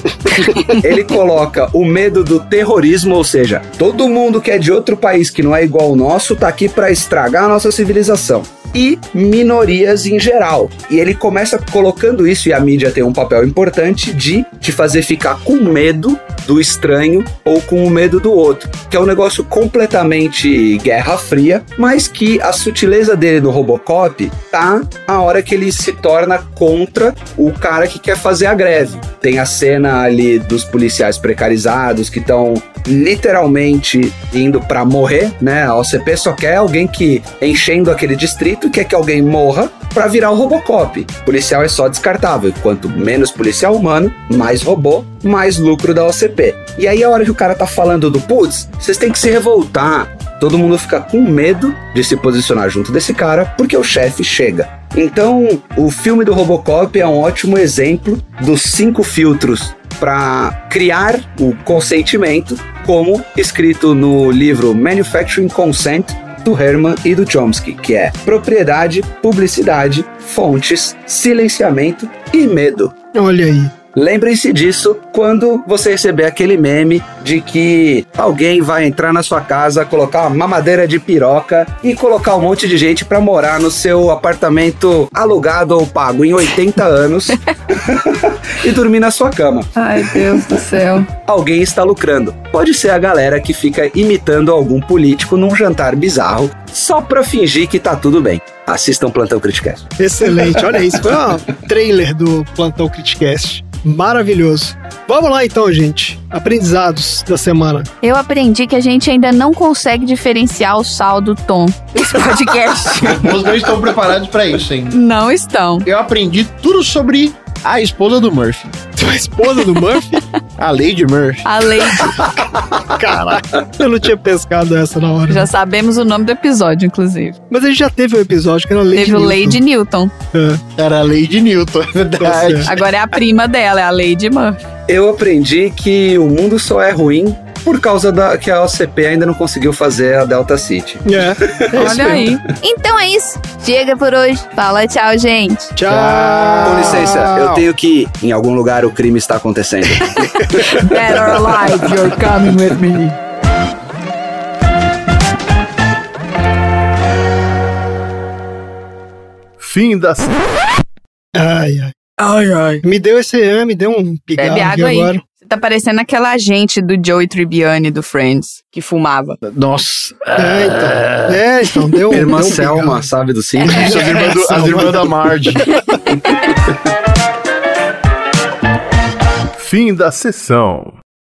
Ele coloca o medo do terrorismo, ou seja, todo mundo que é de outro país que não é igual ao nosso tá aqui para estragar a nossa civilização. E minorias em geral. E ele começa colocando isso, e a mídia tem um papel importante de te fazer ficar com medo do estranho ou com o medo do outro, que é um negócio completamente Guerra Fria, mas que a sutileza dele no Robocop tá a hora que ele se torna contra o cara que quer fazer a greve. Tem a cena ali dos policiais precarizados que estão literalmente indo pra morrer, né? A OCP só quer alguém que enchendo aquele distrito, quer que alguém morra pra virar o Robocop. Policial é só descartável. Quanto menos policial humano, mais robô, mais lucro da OCP. E aí a hora que o cara tá falando do putz, vocês têm que se revoltar. Todo mundo fica com medo de se posicionar junto desse cara porque o chefe chega. Então, o filme do Robocop é um ótimo exemplo dos 5 filtros para criar o consentimento, como escrito no livro Manufacturing Consent, do Herman e do Chomsky, que é propriedade, publicidade, fontes, silenciamento e medo. Olha aí. Lembrem-se disso quando você receber aquele meme de que alguém vai entrar na sua casa, colocar uma mamadeira de piroca e colocar um monte de gente pra morar no seu apartamento alugado ou pago em 80 anos e dormir na sua cama. Ai, Deus do céu. Alguém está lucrando. Pode ser a galera que fica imitando algum político num jantar bizarro só pra fingir que tá tudo bem. Assistam Plantão Criticast. Excelente, olha isso. Foi um trailer do Plantão Criticast. Maravilhoso. Vamos lá então, gente. Aprendizados da semana. Eu aprendi que a gente ainda não consegue diferenciar o sal do tom desse podcast. Os dois estão preparados pra isso ainda. Não estão. Eu aprendi tudo sobre a esposa do Murphy. A esposa do Murphy? A Lady Murphy. A Lady. Caraca, eu não tinha pescado essa na hora. Já sabemos o nome do episódio, inclusive. Mas a gente já teve um episódio que era Lady Newton. Teve o Lady Newton. Era a Lady Newton, é verdade. Agora é a prima dela, é a Lady Murphy. Eu aprendi que o mundo só é ruim por causa que a OCP ainda não conseguiu fazer a Delta City. Olha aí. Então é isso. Chega por hoje. Fala tchau, gente. Tchau. Com licença, eu tenho que ir. Em algum lugar o crime está acontecendo. Dead or alive, you're coming with me. Fim da... Ai. Me deu um pigarro. Bebe água agora. Aí. Você tá parecendo aquela agente do Joey Tribbiani do Friends, que fumava. Nossa. Então deu Irmã Selma, sabe do Simpsons? As irmãs da Marge. Fim da sessão.